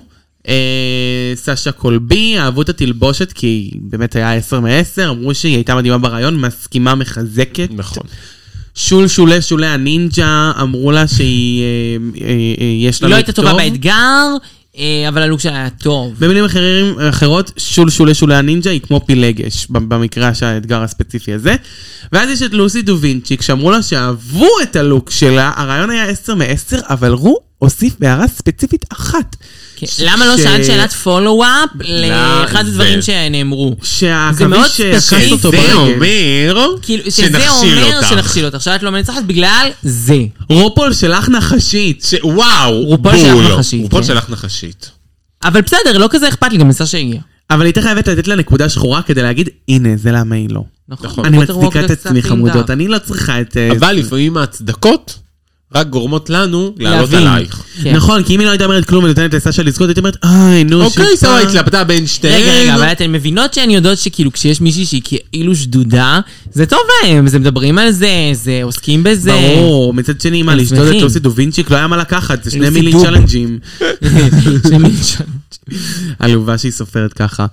Speaker 3: סשה קולבי, אהבו את התלבושת, כי באמת היה 10 מ-10, אמרו שהיא הייתה מדהימה ברעיון, מסכימה מחזקת.
Speaker 4: נכון.
Speaker 3: שולי הנינג'ה, אמרו לה שהיא, יש לה
Speaker 2: היא לא
Speaker 3: לוק
Speaker 2: הייתה טובה
Speaker 3: טוב.
Speaker 2: באתגר, אבל הלוק שלה היה טוב.
Speaker 3: במילים אחרות, שולי הנינג'ה היא כמו פילגש, במקרה שהאתגר הספציפי הזה. ואז יש את לוסי דובינצ'יק, שאמרו לה שאהבו את הלוק שלה, הרעיון היה 10 מ-10, אבל רו הוסיף בהערה ספציפית אחת.
Speaker 2: למה לא שאלת שאלת פולו-אפ לאחד הדברים שנאמרו? מאוד
Speaker 3: שהעכביש שעקס
Speaker 2: ספציפי.
Speaker 3: אותו
Speaker 4: זה
Speaker 3: ברגל.
Speaker 4: אומר
Speaker 2: כאילו, שזה
Speaker 4: שנכשיל
Speaker 2: אומר
Speaker 4: אותך.
Speaker 2: שנכשיל אותך. עכשיו את לא מנצחת בגלל זה.
Speaker 3: רופול שלח נחשית.
Speaker 4: וואו,
Speaker 2: רופול שלח
Speaker 4: בול.
Speaker 2: נחשית,
Speaker 4: רופול
Speaker 2: כן.
Speaker 4: שלח נחשית.
Speaker 2: אבל בסדר, לא כזה אכפת לי, גם נסה שהגיע.
Speaker 3: אבל הייתה חייבת לתת לה נקודה שחורה כדי להגיד, הנה, זה למה היא לא.
Speaker 2: נכון.
Speaker 3: אני
Speaker 2: Water
Speaker 3: מצדיקה
Speaker 2: walk
Speaker 3: את
Speaker 2: the
Speaker 3: עצמי
Speaker 2: stuff in
Speaker 3: חמודות,
Speaker 2: dark.
Speaker 3: אני לא צריכה את...
Speaker 4: אבל לפעמים ההצדקות רק גורמות לנו לעלות
Speaker 2: להבין.
Speaker 4: עלייך.
Speaker 2: כן.
Speaker 3: נכון, כי אם היא לא הייתה אומרת כלום ונותנת לסשה לזכות, הייתי אומרת, נו,
Speaker 4: אוקיי, סבבה, התלבטה בין שתיהן.
Speaker 2: רגע, אבל אתן מבינות שהן יודעות שכאילו כשיש מישהי שהיא כאילו שדודה, זה טוב להם, זה מדברים על זה, זה עוסקים בזה.
Speaker 3: ברור, מצד שני, מה,
Speaker 2: הם
Speaker 3: לשדוד את
Speaker 2: שמחים.
Speaker 3: לוסי דובינצ'יק לא היה מה לקחת, זה 2
Speaker 2: לוסי
Speaker 3: מילי
Speaker 2: דוב.
Speaker 3: צ'לנג'ים.
Speaker 2: שמי-
Speaker 3: עלובה שהיא סופרת ככה.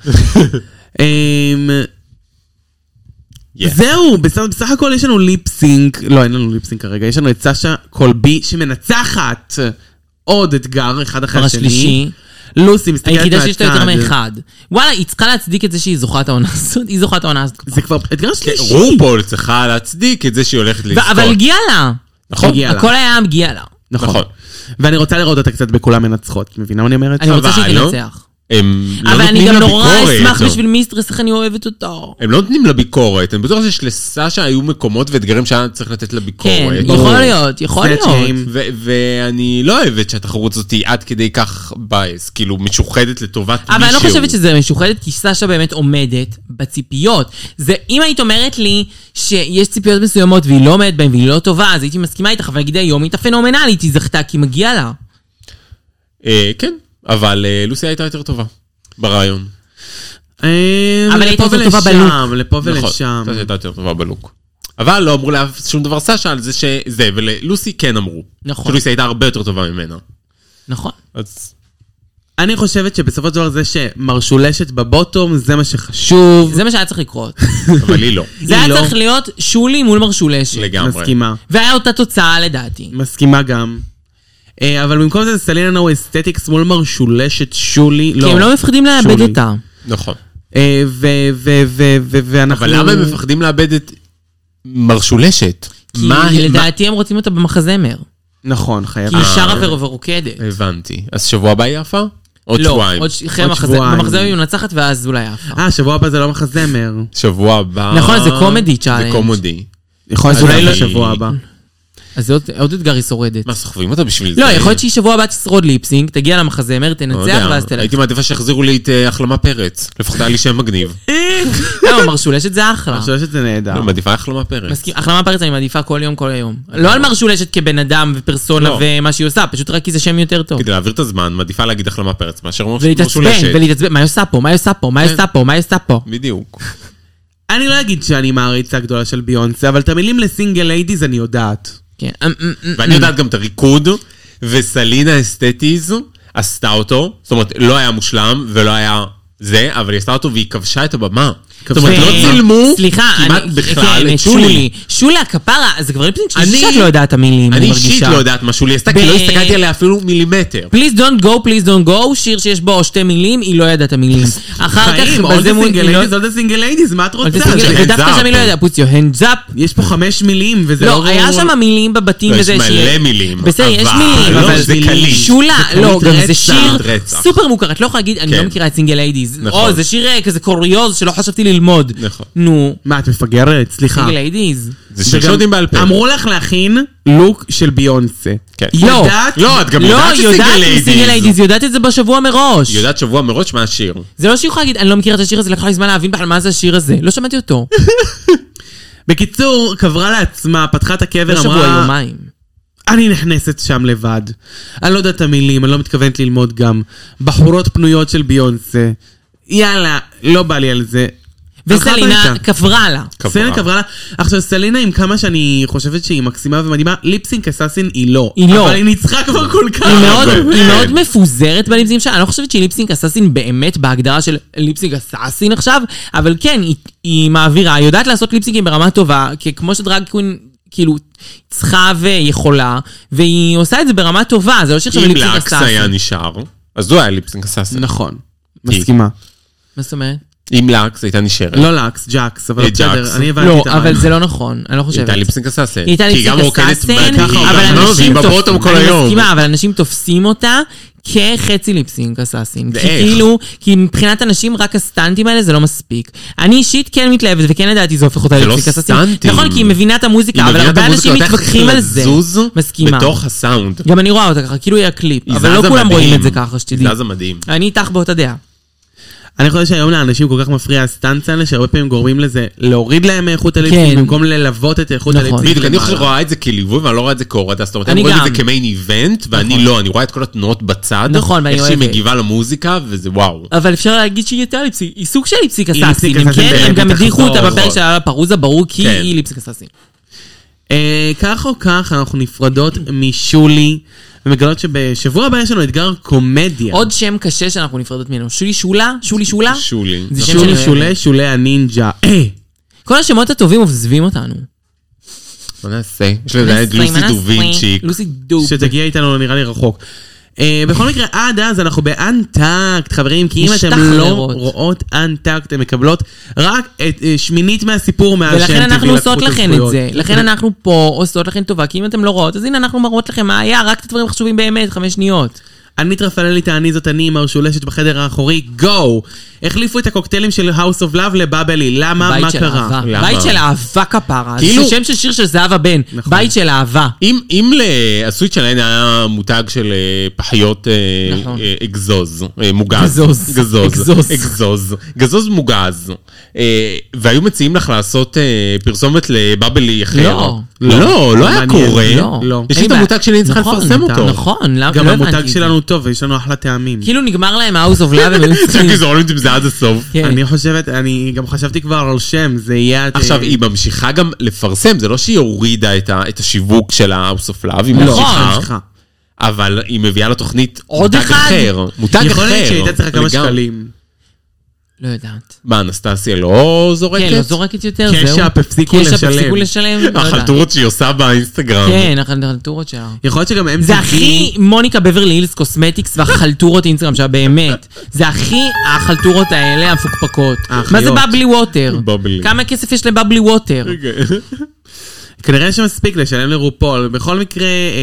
Speaker 4: Yes.
Speaker 3: זהו, בסך הכל יש לנו ליפסינק, לא, אין לנו ליפסינק כרגע, יש לנו את סשה קולבי שמנצחת עוד אתגר, אחד אחרי
Speaker 2: כבר
Speaker 3: השני.
Speaker 2: השלישי.
Speaker 3: לוסי מסתכלת מהצד.
Speaker 2: היחידה שיש לה יותר מאחד. וואלה, היא צריכה להצדיק את זה שהיא זוכה את העונה הזאת. היא זוכה את העונה הזאת.
Speaker 3: זה כבר אתגר שלישי.
Speaker 4: רופול צריכה להצדיק את זה שהיא הולכת לזכות.
Speaker 2: אבל הגיע לה.
Speaker 4: נכון.
Speaker 3: הגיע לה.
Speaker 2: הכל היה מגיע לה.
Speaker 3: נכון.
Speaker 4: נכון.
Speaker 3: ואני רוצה לראות אותה קצת בכולם מנצחות, מבינה מה אני אומרת?
Speaker 2: אני רוצה
Speaker 4: אבל
Speaker 2: שהיא
Speaker 4: לא.
Speaker 2: תנצח.
Speaker 4: הם לא
Speaker 2: אבל אני
Speaker 4: נותנים
Speaker 2: גם
Speaker 4: לה
Speaker 2: נורא
Speaker 4: ביקורת.
Speaker 2: אשמח בשביל מיסטרס, איך אני אוהבת אותו.
Speaker 4: הם לא נותנים לה ביקורת, אני בטוח שיש לסשה היו מקומות ואתגרים שהיה צריך לתת לה
Speaker 2: כן,
Speaker 4: ביקורת.
Speaker 2: יכול להיות.
Speaker 4: ואני לא אוהבת שהתחרות הזאת היא עד כדי כך בייס, כאילו משוחדת לטובת מישהו.
Speaker 2: אבל אני לא חושבת שזה משוחדת, כי סשה באמת עומדת בציפיות. אם היית אומרת לי שיש ציפיות מסוימות והיא לא עומדת בהן והיא לא טובה, אז הייתי מסכימה איתך, אבל נגיד היום היא פנומנלית, היא זכתה כי מגיע לה.
Speaker 4: כן, אבל לוסי הייתה יותר טובה ברעיון.
Speaker 2: אבל הייתה יותר טובה בלוק.
Speaker 3: לפה ולשם.
Speaker 4: נכון, הייתה יותר טובה בלוק. אבל לא אמרו לאף שום דבר סשה על זה שזה, וללוסי כן אמרו.
Speaker 2: נכון.
Speaker 4: שלוסי הייתה הרבה יותר טובה ממנה.
Speaker 2: נכון.
Speaker 4: אז...
Speaker 3: אני חושבת שבסופו של דבר זה שמרשולשת בבוטום, זה מה שחשוב.
Speaker 2: זה מה שהיה צריך לקרות.
Speaker 4: אבל היא לא.
Speaker 2: זה היה צריך להיות שולי מול מרשולשת.
Speaker 4: לגמרי.
Speaker 3: מסכימה.
Speaker 2: והיה אותה תוצאה לדעתי.
Speaker 3: מסכימה גם. אבל במקום זה סלינה נו אסתטיקס מול מרשולשת שולי.
Speaker 2: כי הם לא מפחדים לאבד
Speaker 3: שולי.
Speaker 2: אותה.
Speaker 4: נכון.
Speaker 3: ואנחנו...
Speaker 4: אבל למה הם מפחדים לאבד את מרשולשת?
Speaker 2: כי לדעתי הם רוצים אותה במחזמר.
Speaker 3: נכון,
Speaker 2: כי
Speaker 3: חייבים.
Speaker 2: היא שרה ורוקדת.
Speaker 4: הבנתי. אז שבוע הבא היא יפה? עוד
Speaker 2: לא,
Speaker 4: שבועיים.
Speaker 2: עוד
Speaker 3: שבועיים.
Speaker 2: במחזמר היא מנצחת ואז אולי יפה.
Speaker 3: שבוע הבא זה לא מחזמר.
Speaker 4: שבוע הבא...
Speaker 2: נכון, זה קומדי
Speaker 4: זה
Speaker 2: צ'אלנג'.
Speaker 4: קומדי.
Speaker 3: יכול להיות אולי לא שבוע הבא.
Speaker 2: אז זה עוד אתגר היא שורדת.
Speaker 4: מה, סוחבים אותה בשביל זה?
Speaker 2: לא, יכול להיות שהיא שבוע הבא תשרוד ליפסינג, תגיע למחזמר, תנצח ואז תלך.
Speaker 4: הייתי מעדיפה שיחזירו לי את החלמה פרץ. לפחות היה לי שם מגניב.
Speaker 2: לא, מרשולשת זה אחלה.
Speaker 3: מרשולשת זה נהדר.
Speaker 4: לא, מעדיפה החלמה פרץ.
Speaker 2: מסכים, החלמה פרץ אני מעדיפה כל יום, כל היום. לא על מרשולשת כבן אדם ופרסונה
Speaker 4: לא.
Speaker 2: ומה שהיא עושה, פשוט רק כי זה שם יותר טוב.
Speaker 4: כדי להעביר את הזמן, מעדיפה להגיד החלמה פרץ, מאשר
Speaker 2: ולהתעצבן, מה היא עושה פה, מה היא עושה פה, מה היא עושה פה, מה היא עושה פה.
Speaker 4: בדיוק.
Speaker 3: אני לא אגיד שאני מעריצה הגדולה של ביונסה, אבל את המילים לסינגל ליידיז אני יודעת.
Speaker 2: כן.
Speaker 4: ואני יודעת גם את הריקוד, וסלינה אסתטיז עשתה אותו, זאת אומרת, לא היה מושלם ולא היה זה, אבל היא עשתה אותו והיא כבשה את הבמה. זאת אומרת, לא צילמו כמעט בכלל את שולי.
Speaker 2: שולי הכפרה, זה כבר ליפסינג שאת לא יודעת המילים,
Speaker 4: אני אישית לא יודעת מה שולי עשתה, כי לא הסתכלתי עליה אפילו מילימטר.
Speaker 2: Please don't go, שיר שיש בו 2 מילים, היא לא יודעת המילים. אחר כך,
Speaker 3: עוד הסינגל ליידיז, מה את רוצה?
Speaker 2: ודווקא שם היא לא יודעת, put your hands up.
Speaker 3: יש פה 5 מילים, וזה
Speaker 2: לא, היה שם מילים בבתים
Speaker 4: יש
Speaker 2: וזה
Speaker 4: מלא מילים.
Speaker 2: בסדר, יש מילים, אבל
Speaker 4: זה קליט.
Speaker 2: שולה, לא, גם זה שיר
Speaker 4: רצח.
Speaker 2: סופר מוכר, את לא יכולה להגיד, אני לא מכירה את סינגל ליידיז.
Speaker 4: נכון.
Speaker 2: או, זה שיר כזה קוריוז שלא חשבתי ללמוד.
Speaker 4: נכון.
Speaker 2: נו,
Speaker 3: מה, את מפגרת? סליחה.
Speaker 2: סינגל ליידיז.
Speaker 4: זה שיר שיודעים בעל פה.
Speaker 3: אמרו לך להכין לוק של ביונסה.
Speaker 4: כן.
Speaker 2: לא,
Speaker 4: לא, את גם
Speaker 2: לא,
Speaker 4: יודעת
Speaker 2: יודעת
Speaker 4: שסינגל
Speaker 2: סינגל
Speaker 4: ליידיז.
Speaker 2: ליידיז, יודעת את זה בשבוע מראש.
Speaker 4: היא יודעת שבוע מראש מה השיר.
Speaker 2: זה לא שהיא יכולה להגיד, אני לא מכירה את השיר הזה, לקחה לי זמן להבין בכלל מה זה השיר הזה. לא שמעתי אותו.
Speaker 3: בקיצור, קברה לעצמה, פתחה את הקבר,
Speaker 2: לא שבוע,
Speaker 3: אמרה,
Speaker 2: יומיים.
Speaker 3: אני נכנסת שם לבד. אני לא יודעת את המילים, אני לא מתכוונת ללמוד גם. בחורות פנויות של ביונסה. יאללה, לא בא לי על זה.
Speaker 2: וסלינה קברה לה.
Speaker 3: סלינה קברה לה. עכשיו, סלינה, עם כמה שאני חושבת שהיא מקסימה ומדהימה, ליפסינק אסאסין היא לא.
Speaker 2: היא לא.
Speaker 3: אבל היא ניצחה כבר כל כך.
Speaker 2: היא מאוד מפוזרת בליפסינק שלה. אני לא חושבת שהיא ליפסינק אסאסין באמת בהגדרה של ליפסינק אסאסין עכשיו, אבל כן, היא מעבירה, היא יודעת לעשות ליפסינקים ברמה טובה, כי כמו שדרג קווין כאילו צריכה ויכולה, והיא עושה את זה ברמה טובה, זה לא שחשב ליפסינק אסאסין.
Speaker 4: אם לאקס היה נשאר, אז זו היה ליפסינק אסאסין.
Speaker 3: נכון. מסכימה.
Speaker 2: מה זאת אומרת?
Speaker 4: אם לאקס הייתה נשארת.
Speaker 3: לא לאקס, ג'אקס, אבל בסדר, אני הבנתי
Speaker 2: לא,
Speaker 3: את הרעיון.
Speaker 2: אבל זה לא נכון, אני לא חושבת.
Speaker 4: הייתה ליפסינק אסאסין.
Speaker 2: היא הייתה
Speaker 4: כי היא גם
Speaker 2: ליפסינק
Speaker 4: רוקדת
Speaker 2: אסאסין,
Speaker 4: ככה,
Speaker 2: אבל
Speaker 4: והיא בבוטום כל
Speaker 2: אני
Speaker 4: היום.
Speaker 2: מסכימה, אבל אנשים תופסים אותה כחצי ליפסינק אסאסין.
Speaker 4: ואיך?
Speaker 2: כי כאילו, כי מבחינת אנשים רק הסטנטים האלה זה לא מספיק. אני אישית כן מתלהבת וכן לדעתי זה הופך אותה
Speaker 4: זה לא
Speaker 2: ליפסינק אסאסין.
Speaker 4: סטנטים.
Speaker 2: נכון, כי היא מבינה את המוזיקה, אבל הרבה אנשים מתווכחים על זה.
Speaker 4: לזוז
Speaker 2: מסכימה.
Speaker 4: בתוך הסאונד.
Speaker 2: גם אני רואה אותה ככה, כאילו היא הקליפ,
Speaker 4: היא
Speaker 2: אבל לא
Speaker 4: זזה
Speaker 2: כולם
Speaker 4: מדהים.
Speaker 2: רואים את זה ככה, שתדעי.
Speaker 4: היא זזה מדהים.
Speaker 2: אני איתך באותה דעה.
Speaker 3: אני חושב שהיום לאנשים כל כך מפריע הסטנץ האלה, שהרבה פעמים גורמים לזה להוריד להם מאיכות הליפסינג,
Speaker 2: כן.
Speaker 3: במקום ללוות את איכות
Speaker 2: נכון.
Speaker 3: הליפסינג.
Speaker 4: בדיוק, אני חושב שרואה את זה כליווי, ואני לא רואה את זה כהורדה, זאת אומרת,
Speaker 2: אני
Speaker 4: אני רואה את
Speaker 2: גם.
Speaker 4: זה כמיין איבנט, ואני לא, אני רואה את כל התנועות בצד,
Speaker 2: נכון, ואני
Speaker 4: איך שהיא
Speaker 2: אוהבת.
Speaker 4: מגיבה למוזיקה, וזה וואו.
Speaker 2: אבל אפשר להגיד שהיא יותר ליפסינק, היא סוג של ליפסינק
Speaker 3: היא
Speaker 2: אסאסין,
Speaker 3: ליפסינק אסאסין
Speaker 2: הם גם
Speaker 3: באמת,
Speaker 2: הדיחו אותה
Speaker 3: נכון.
Speaker 2: בפרק שהיה לה פרוזה, ברור כי
Speaker 4: כן.
Speaker 2: היא ליפסינק אסאסין.
Speaker 3: כך או כך, אנחנו נפרדות משולי, ומגלות שבשבוע הבא יש לנו אתגר קומדיה.
Speaker 2: עוד שם קשה שאנחנו נפרדות ממנו, שולי שולה? שולי שולה?
Speaker 4: שולי.
Speaker 2: זה שם
Speaker 3: שולי
Speaker 2: שאני
Speaker 3: שולה,
Speaker 2: אוהבת.
Speaker 3: שולי הנינג'ה.
Speaker 2: כל השמות הטובים עוזבים אותנו.
Speaker 4: מה נעשה? יש לזה את לוסי דובינצ'יק.
Speaker 2: לוסי דוב.
Speaker 3: שתגיע איתנו נראה לי רחוק. בכל מקרה, עד אז אנחנו באנטקט, חברים, כי אם אתם
Speaker 2: משתחררות.
Speaker 3: לא רואות אנטקט, אתן מקבלות רק את שמינית מהסיפור
Speaker 2: ולכן אנחנו עושות לכן את זה. לכן אנחנו פה עושות לכן טובה, כי אם אתם לא רואות, אז הנה אנחנו מראות לכם מה היה, רק את הדברים החשובים באמת, 5 שניות.
Speaker 3: אני טרפללי תעני זאת אני, מרשולשת בחדר האחורי, גו! החליפו את הקוקטיילים של House of Love לבאבלי, למה? מה קרה?
Speaker 2: בית של אהבה כפרה,
Speaker 4: כאילו...
Speaker 2: זה שם של שיר של זהבה בן, נכון. בית של אהבה.
Speaker 4: אם הסוויט שלהן היה מותג של פחיות נכון. אגזוז, מוגז. גזוז מוגז. והיו מציעים לך לעשות פרסומת לבאבלי אחר. לא היה קורה. יש לי את המותג שלי, אני צריכה לפרסם אותו.
Speaker 2: נכון,
Speaker 3: גם המותג שלנו טוב, ויש לנו אחלה טעמים.
Speaker 2: כאילו נגמר להם House of Love.
Speaker 4: זה עד הסוף.
Speaker 3: אני גם חשבתי כבר על שם, זה יהיה...
Speaker 4: עכשיו, היא ממשיכה גם לפרסם, זה לא שהיא הורידה את השיווק של ה-House of Love, היא ממשיכה, אבל היא מביאה לתוכנית מותג אחר.
Speaker 3: יכול להיות שהייתה צריכה כמה שקלים.
Speaker 2: לא יודעת.
Speaker 4: מה, אנסטסיה לא זורקת?
Speaker 2: כן, לא זורקת יותר, זהו.
Speaker 3: קשאפ הפסיקו
Speaker 2: לשלם.
Speaker 4: החלטורות שהיא עושה באינסטגרם.
Speaker 2: כן, החלטורות שלה.
Speaker 3: יכול להיות שגם MTV...
Speaker 2: זה הכי מוניקה בברלי הילס קוסמטיקס והחלטורות אינסטגרם שלה, באמת. זה הכי החלטורות האלה המפוקפקות. מה זה בבלי ווטר? כמה כסף יש לבבלי ווטר?
Speaker 3: כנראה שמספיק לשלם לרופול. בכל מקרה,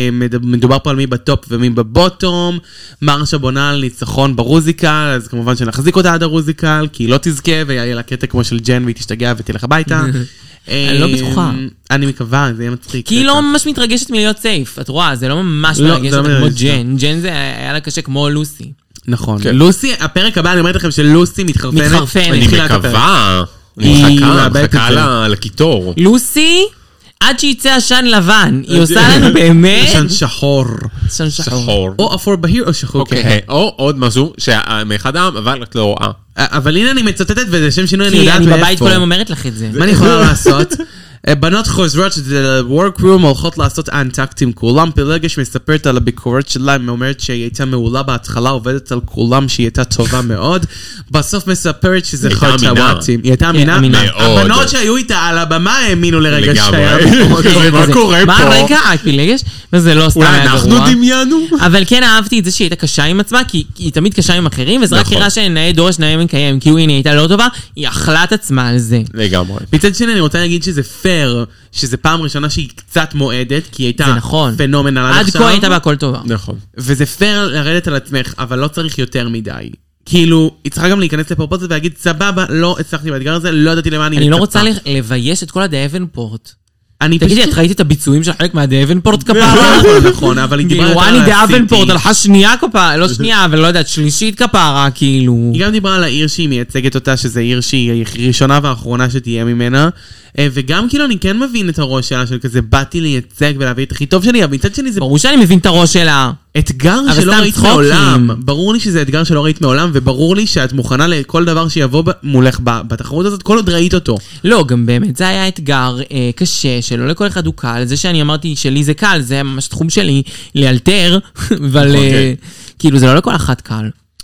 Speaker 3: מדובר פה על מי בטופ ומי בבוטום. מרשה בונה על ניצחון ברוזיקל, אז כמובן שנחזיק אותה עד הרוזיקל, כי היא לא תזכה, ויהיה לה קטע כמו של ג'ן, והיא תשתגע ותלך הביתה.
Speaker 2: אני לא בטוחה.
Speaker 3: אני מקווה, זה יהיה מצחיק.
Speaker 2: כי היא לא ממש מתרגשת מלהיות סייף. את רואה, זה לא ממש מרגשת כמו ג'ן. ג'ן זה היה לה קשה כמו לוסי.
Speaker 3: נכון. לוסי, הפרק הבא, אני אומרת לכם שלוסי מתחרפנת.
Speaker 4: אני מקווה. אני מחכה לקיטור.
Speaker 2: לוסי... עד שיצא עשן לבן, היא עושה לנו באמת...
Speaker 3: עשן שחור.
Speaker 2: עשן שחור.
Speaker 3: או אפור בהיר או שחור.
Speaker 4: אוקיי, או עוד משהו מאחד העם, אבל את לא רואה.
Speaker 3: אבל הנה אני מצטטת וזה שם שינוי, אני יודעת
Speaker 2: מאיפה. כי אני בבית כל היום אומרת לך את זה.
Speaker 3: מה אני יכולה לעשות? בנות חוזרות ל-workroom הולכות לעשות אנטקט עם כולם. פלגש מספרת על הביקורת שלה, היא אומרת שהיא הייתה מעולה בהתחלה, עובדת על כולם שהיא הייתה טובה מאוד. בסוף מספרת שזה חודשאוואטים. היא הייתה אמינה. הבנות שהיו איתה על הבמה האמינו לרגע שהיה.
Speaker 4: מה קורה פה?
Speaker 2: מה הרגע? פלגש? וזה לא סתם היה גרוע.
Speaker 4: אנחנו דמיינו.
Speaker 2: אבל כן אהבתי את זה שהיא הייתה קשה עם עצמה, כי היא תמיד קשה עם אחרים, וזה רק הראה שנאה דורש נאה מקיים, כי היא הייתה לא טובה, היא אכלה את עצמה על זה.
Speaker 4: לגמרי.
Speaker 3: מצד שני, אני רוצה להגיד שזה פייר, שזה פעם ראשונה שהיא קצת מועדת, כי היא הייתה פנומנל עד עכשיו.
Speaker 2: עד כה הייתה בהכל טובה.
Speaker 4: נכון.
Speaker 3: וזה פייר לרדת על עצמך, אבל לא צריך יותר מדי. כאילו, היא צריכה גם להיכנס לפרופוזית ולהגיד, סבבה, לא הצלחתי באתגר הזה, לא ידעתי למה אני מצפה.
Speaker 2: אני לא רוצה לבייש את כל הדאבנפורט. תגידי, את ראית את הביצועים של חלק מהדאבנפורט כפרה?
Speaker 3: נכון, אבל היא דיברה
Speaker 2: וואני דאבנפורט הלכה שנייה כפרה, לא שנייה, אבל לא יודעת, שלישית כפרה, כאילו.
Speaker 3: היא גם דיברה על העיר שהיא מייצגת אותה, שזה עיר שהיא ראשונה והאחרונה שתהיה ממנה, וגם כאילו אני כן מבין את הראש שלה, של כזה באתי לייצג ולהביא את הכי טוב שלי, אבל מצד שני זה...
Speaker 2: ברור שאני מבין את הראש שלה.
Speaker 3: אתגר שלא ראית מעולם. ברור לי שזה אתגר שלא ראית מעולם, וברור לי שאת מוכנה לכל דבר שיבוא מולך בתחרות הזאת, כל עוד ראית אותו.
Speaker 2: לא, גם באמת, זה היה אתגר קשה, שלא לכל אחד הוא קל. זה שאני אמרתי שלי זה קל, זה ממש תחום שלי, לאלתר, אבל כאילו זה לא לכל אחד קל.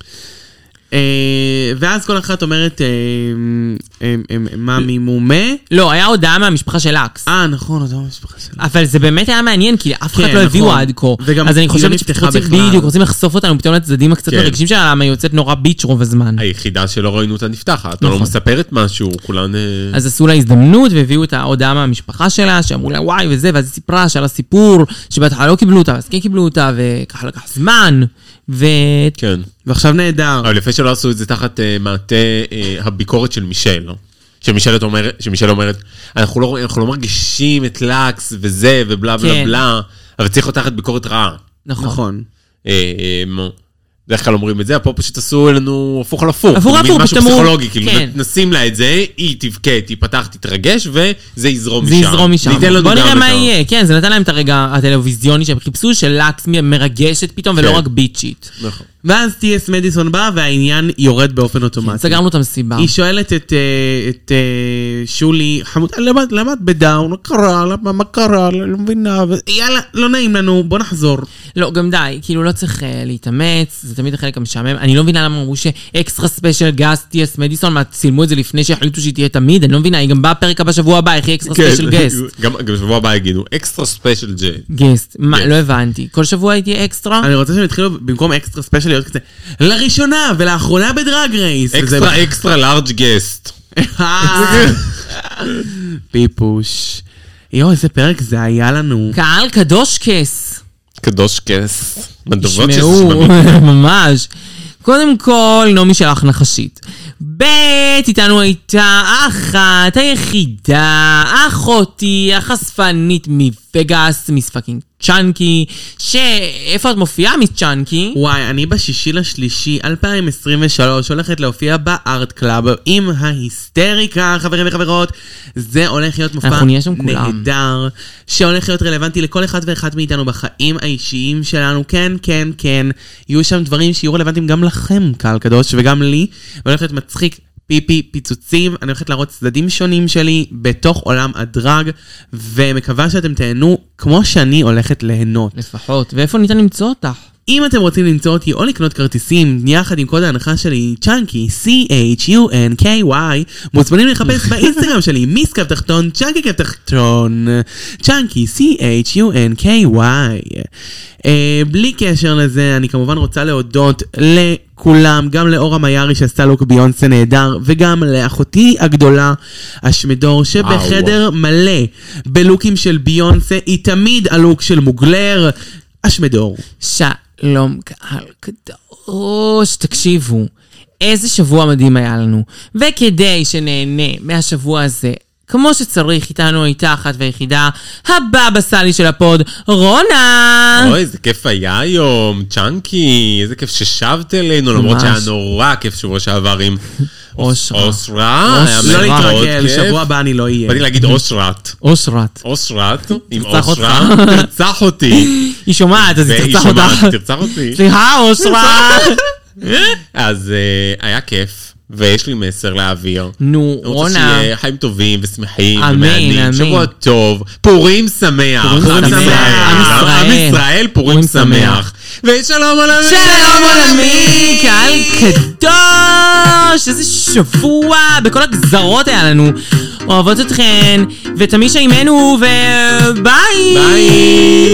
Speaker 3: ואז כל אחת אומרת מה ממומה?
Speaker 2: לא, היה הודעה מהמשפחה של אקס.
Speaker 3: נכון, הודעה מהמשפחה של אקס.
Speaker 2: אבל זה באמת היה מעניין, כי אף אחד לא הביאו עד כה. אז אני חושבת שרוצים לחשוף אותנו פתאום לצדדים הקצת מרגשים שלה, למה היא יוצאת נורא ביץ' רוב הזמן.
Speaker 4: היחידה שלא ראינו אותה נפתחת, לא מספרת משהו, כולן...
Speaker 2: אז עשו לה הזדמנות והביאו את ההודעה מהמשפחה שלה, שאמרו לה וואי וזה, ואז היא סיפרה שעל הסיפור, שבהתחלה לא קיבלו אותה, אז כן קיבלו אותה, וככה לקח זמן.
Speaker 4: כן.
Speaker 3: ועכשיו נהדר.
Speaker 4: אבל לפני שלא עשו את זה תחת מעטה הביקורת של מישל. שמישל אומרת, אנחנו לא מרגישים את לקס וזה ובלה בלה בלה, אבל צריך להיות תחת ביקורת רעה.
Speaker 2: נכון.
Speaker 4: בדרך כלל אומרים את זה, פה פשוט עשו לנו הפוך על הפוך.
Speaker 2: הפוך על הפוך,
Speaker 4: משהו פסיכולוגי, כאילו נשים לה את זה, היא תבכה, תיפתח, תתרגש, וזה יזרום משם.
Speaker 2: זה יזרום משם. בוא נראה מה יהיה. כן, זה נתן להם את הרגע הטלוויזיוני שהם חיפשו, של לקס מרגשת פתאום, ולא רק ביצ'ית.
Speaker 3: נכון. ואז טי.אס מדיסון בא, והעניין יורד באופן אוטומטי.
Speaker 2: סגרנו את המסיבה.
Speaker 3: היא שואלת את שולי, חמודה, למה את בדאון? מה קרה? לא מבינה. יאללה, לא נעים לנו, בוא נחזור.
Speaker 2: לא, גם די, כאילו לא צריך להתאמץ, זה תמיד החלק המשעמם. אני לא מבינה למה אמרו שאקסטרה ספיישל גסט טי.אס מדיסון, מה צילמו את זה לפני שהחליטו שהיא תהיה תמיד, אני לא מבינה, היא גם באה פרק הבא שבוע הבא, איך היא אקסטרה ספיישל גסט?
Speaker 4: גם שבוע הבא יגידו, אקסטרה ספיישל
Speaker 2: גסט. מה, לא הבנתי. כל שבוע הייתי אקסטרה?
Speaker 3: אני רוצה שהם יתחילו במקום אקסטרה ספיישל להיות כזה, לראשונה ולאחרונה בדרג רייס.
Speaker 4: אקסטרה לארג' גסט.
Speaker 3: פיפוש. איזה פרק זה היה לנו.
Speaker 2: קהל קדוש כס.
Speaker 4: קדוש כס. מדוברות
Speaker 2: ישמעו, ממש. קודם כל, נעמי שלך נחשית. איתנו הייתה אחת, היחידה, אחותי, החשפנית מווגאס, מיס פאקינג צ'אנקי, איפה את מופיעה, מיס צ'אנקי?
Speaker 3: וואי, אני ב6/3/2023 הולכת להופיע בארט קלאב עם ההיסטריקה, חברים וחברות. זה הולך להיות מופע נהדר, שהולך להיות רלוונטי לכל אחד ואחד מאיתנו בחיים האישיים שלנו. כן, כן, כן. יהיו שם דברים שיהיו רלוונטיים גם לכם, קהל קדוש, וגם לי, והולך להיות מצחיק. פיפי, פיצוצים, אני הולכת להראות צדדים שונים שלי בתוך עולם הדרג, ומקווה שאתם תהנו כמו שאני הולכת ליהנות.
Speaker 2: לפחות, ואיפה ניתן למצוא אותך?
Speaker 3: אם אתם רוצים למצוא אותי או לקנות כרטיסים יחד עם קוד ההנחה שלי, צ'אנקי, CHUNKY, מוזמנים לחפש באינסטגרם שלי, מיס קו תחתון, צ'אנקי קו תחתון, צ'אנקי, CHUNKY. בלי קשר לזה, אני כמובן רוצה להודות לכולם, גם לאורה מיירי שעשתה לוק ביונסה נהדר, וגם לאחותי הגדולה, השמדור, שבחדר מלא בלוקים של ביונסה, היא תמיד הלוק של מוגלר, השמדור.
Speaker 2: שלום קהל קדוש, תקשיבו, איזה שבוע מדהים היה לנו, וכדי שנהנה מהשבוע הזה, כמו שצריך, איתנו הייתה אחת והיחידה, הבבא סאלי של הפוד, רונה!
Speaker 4: אוי, איזה כיף היה היום, צ'אנקי, איזה כיף ששבת אלינו, למרות שהיה נורא כיף שבוע שעבר עם אושרה.
Speaker 3: לא להתרגל, שבוע הבא אני לא אהיה.
Speaker 4: באתי להגיד אושרת.
Speaker 2: אושרת,
Speaker 4: עם אושרה, תרצח אותי.
Speaker 2: היא שומעת, אז היא תרצח אותך.
Speaker 4: תרצח אותי.
Speaker 2: סליחה, אושרה.
Speaker 4: אז היה כיף. ויש לי מסר להעביר.
Speaker 2: נו, רונה.
Speaker 4: רוצה שיהיה חיים טובים ושמחים.
Speaker 2: אמן, אמן.
Speaker 4: שבוע טוב. פורים שמח.
Speaker 2: עם
Speaker 4: ישראל, פורים שמח. ושלום עולמי.
Speaker 2: שלום עולמי, קהל קדוש. איזה שבוע. בכל הגזרות היה לנו. אוהבות אתכן. ותמיד שעימנו, וביי.
Speaker 4: ביי.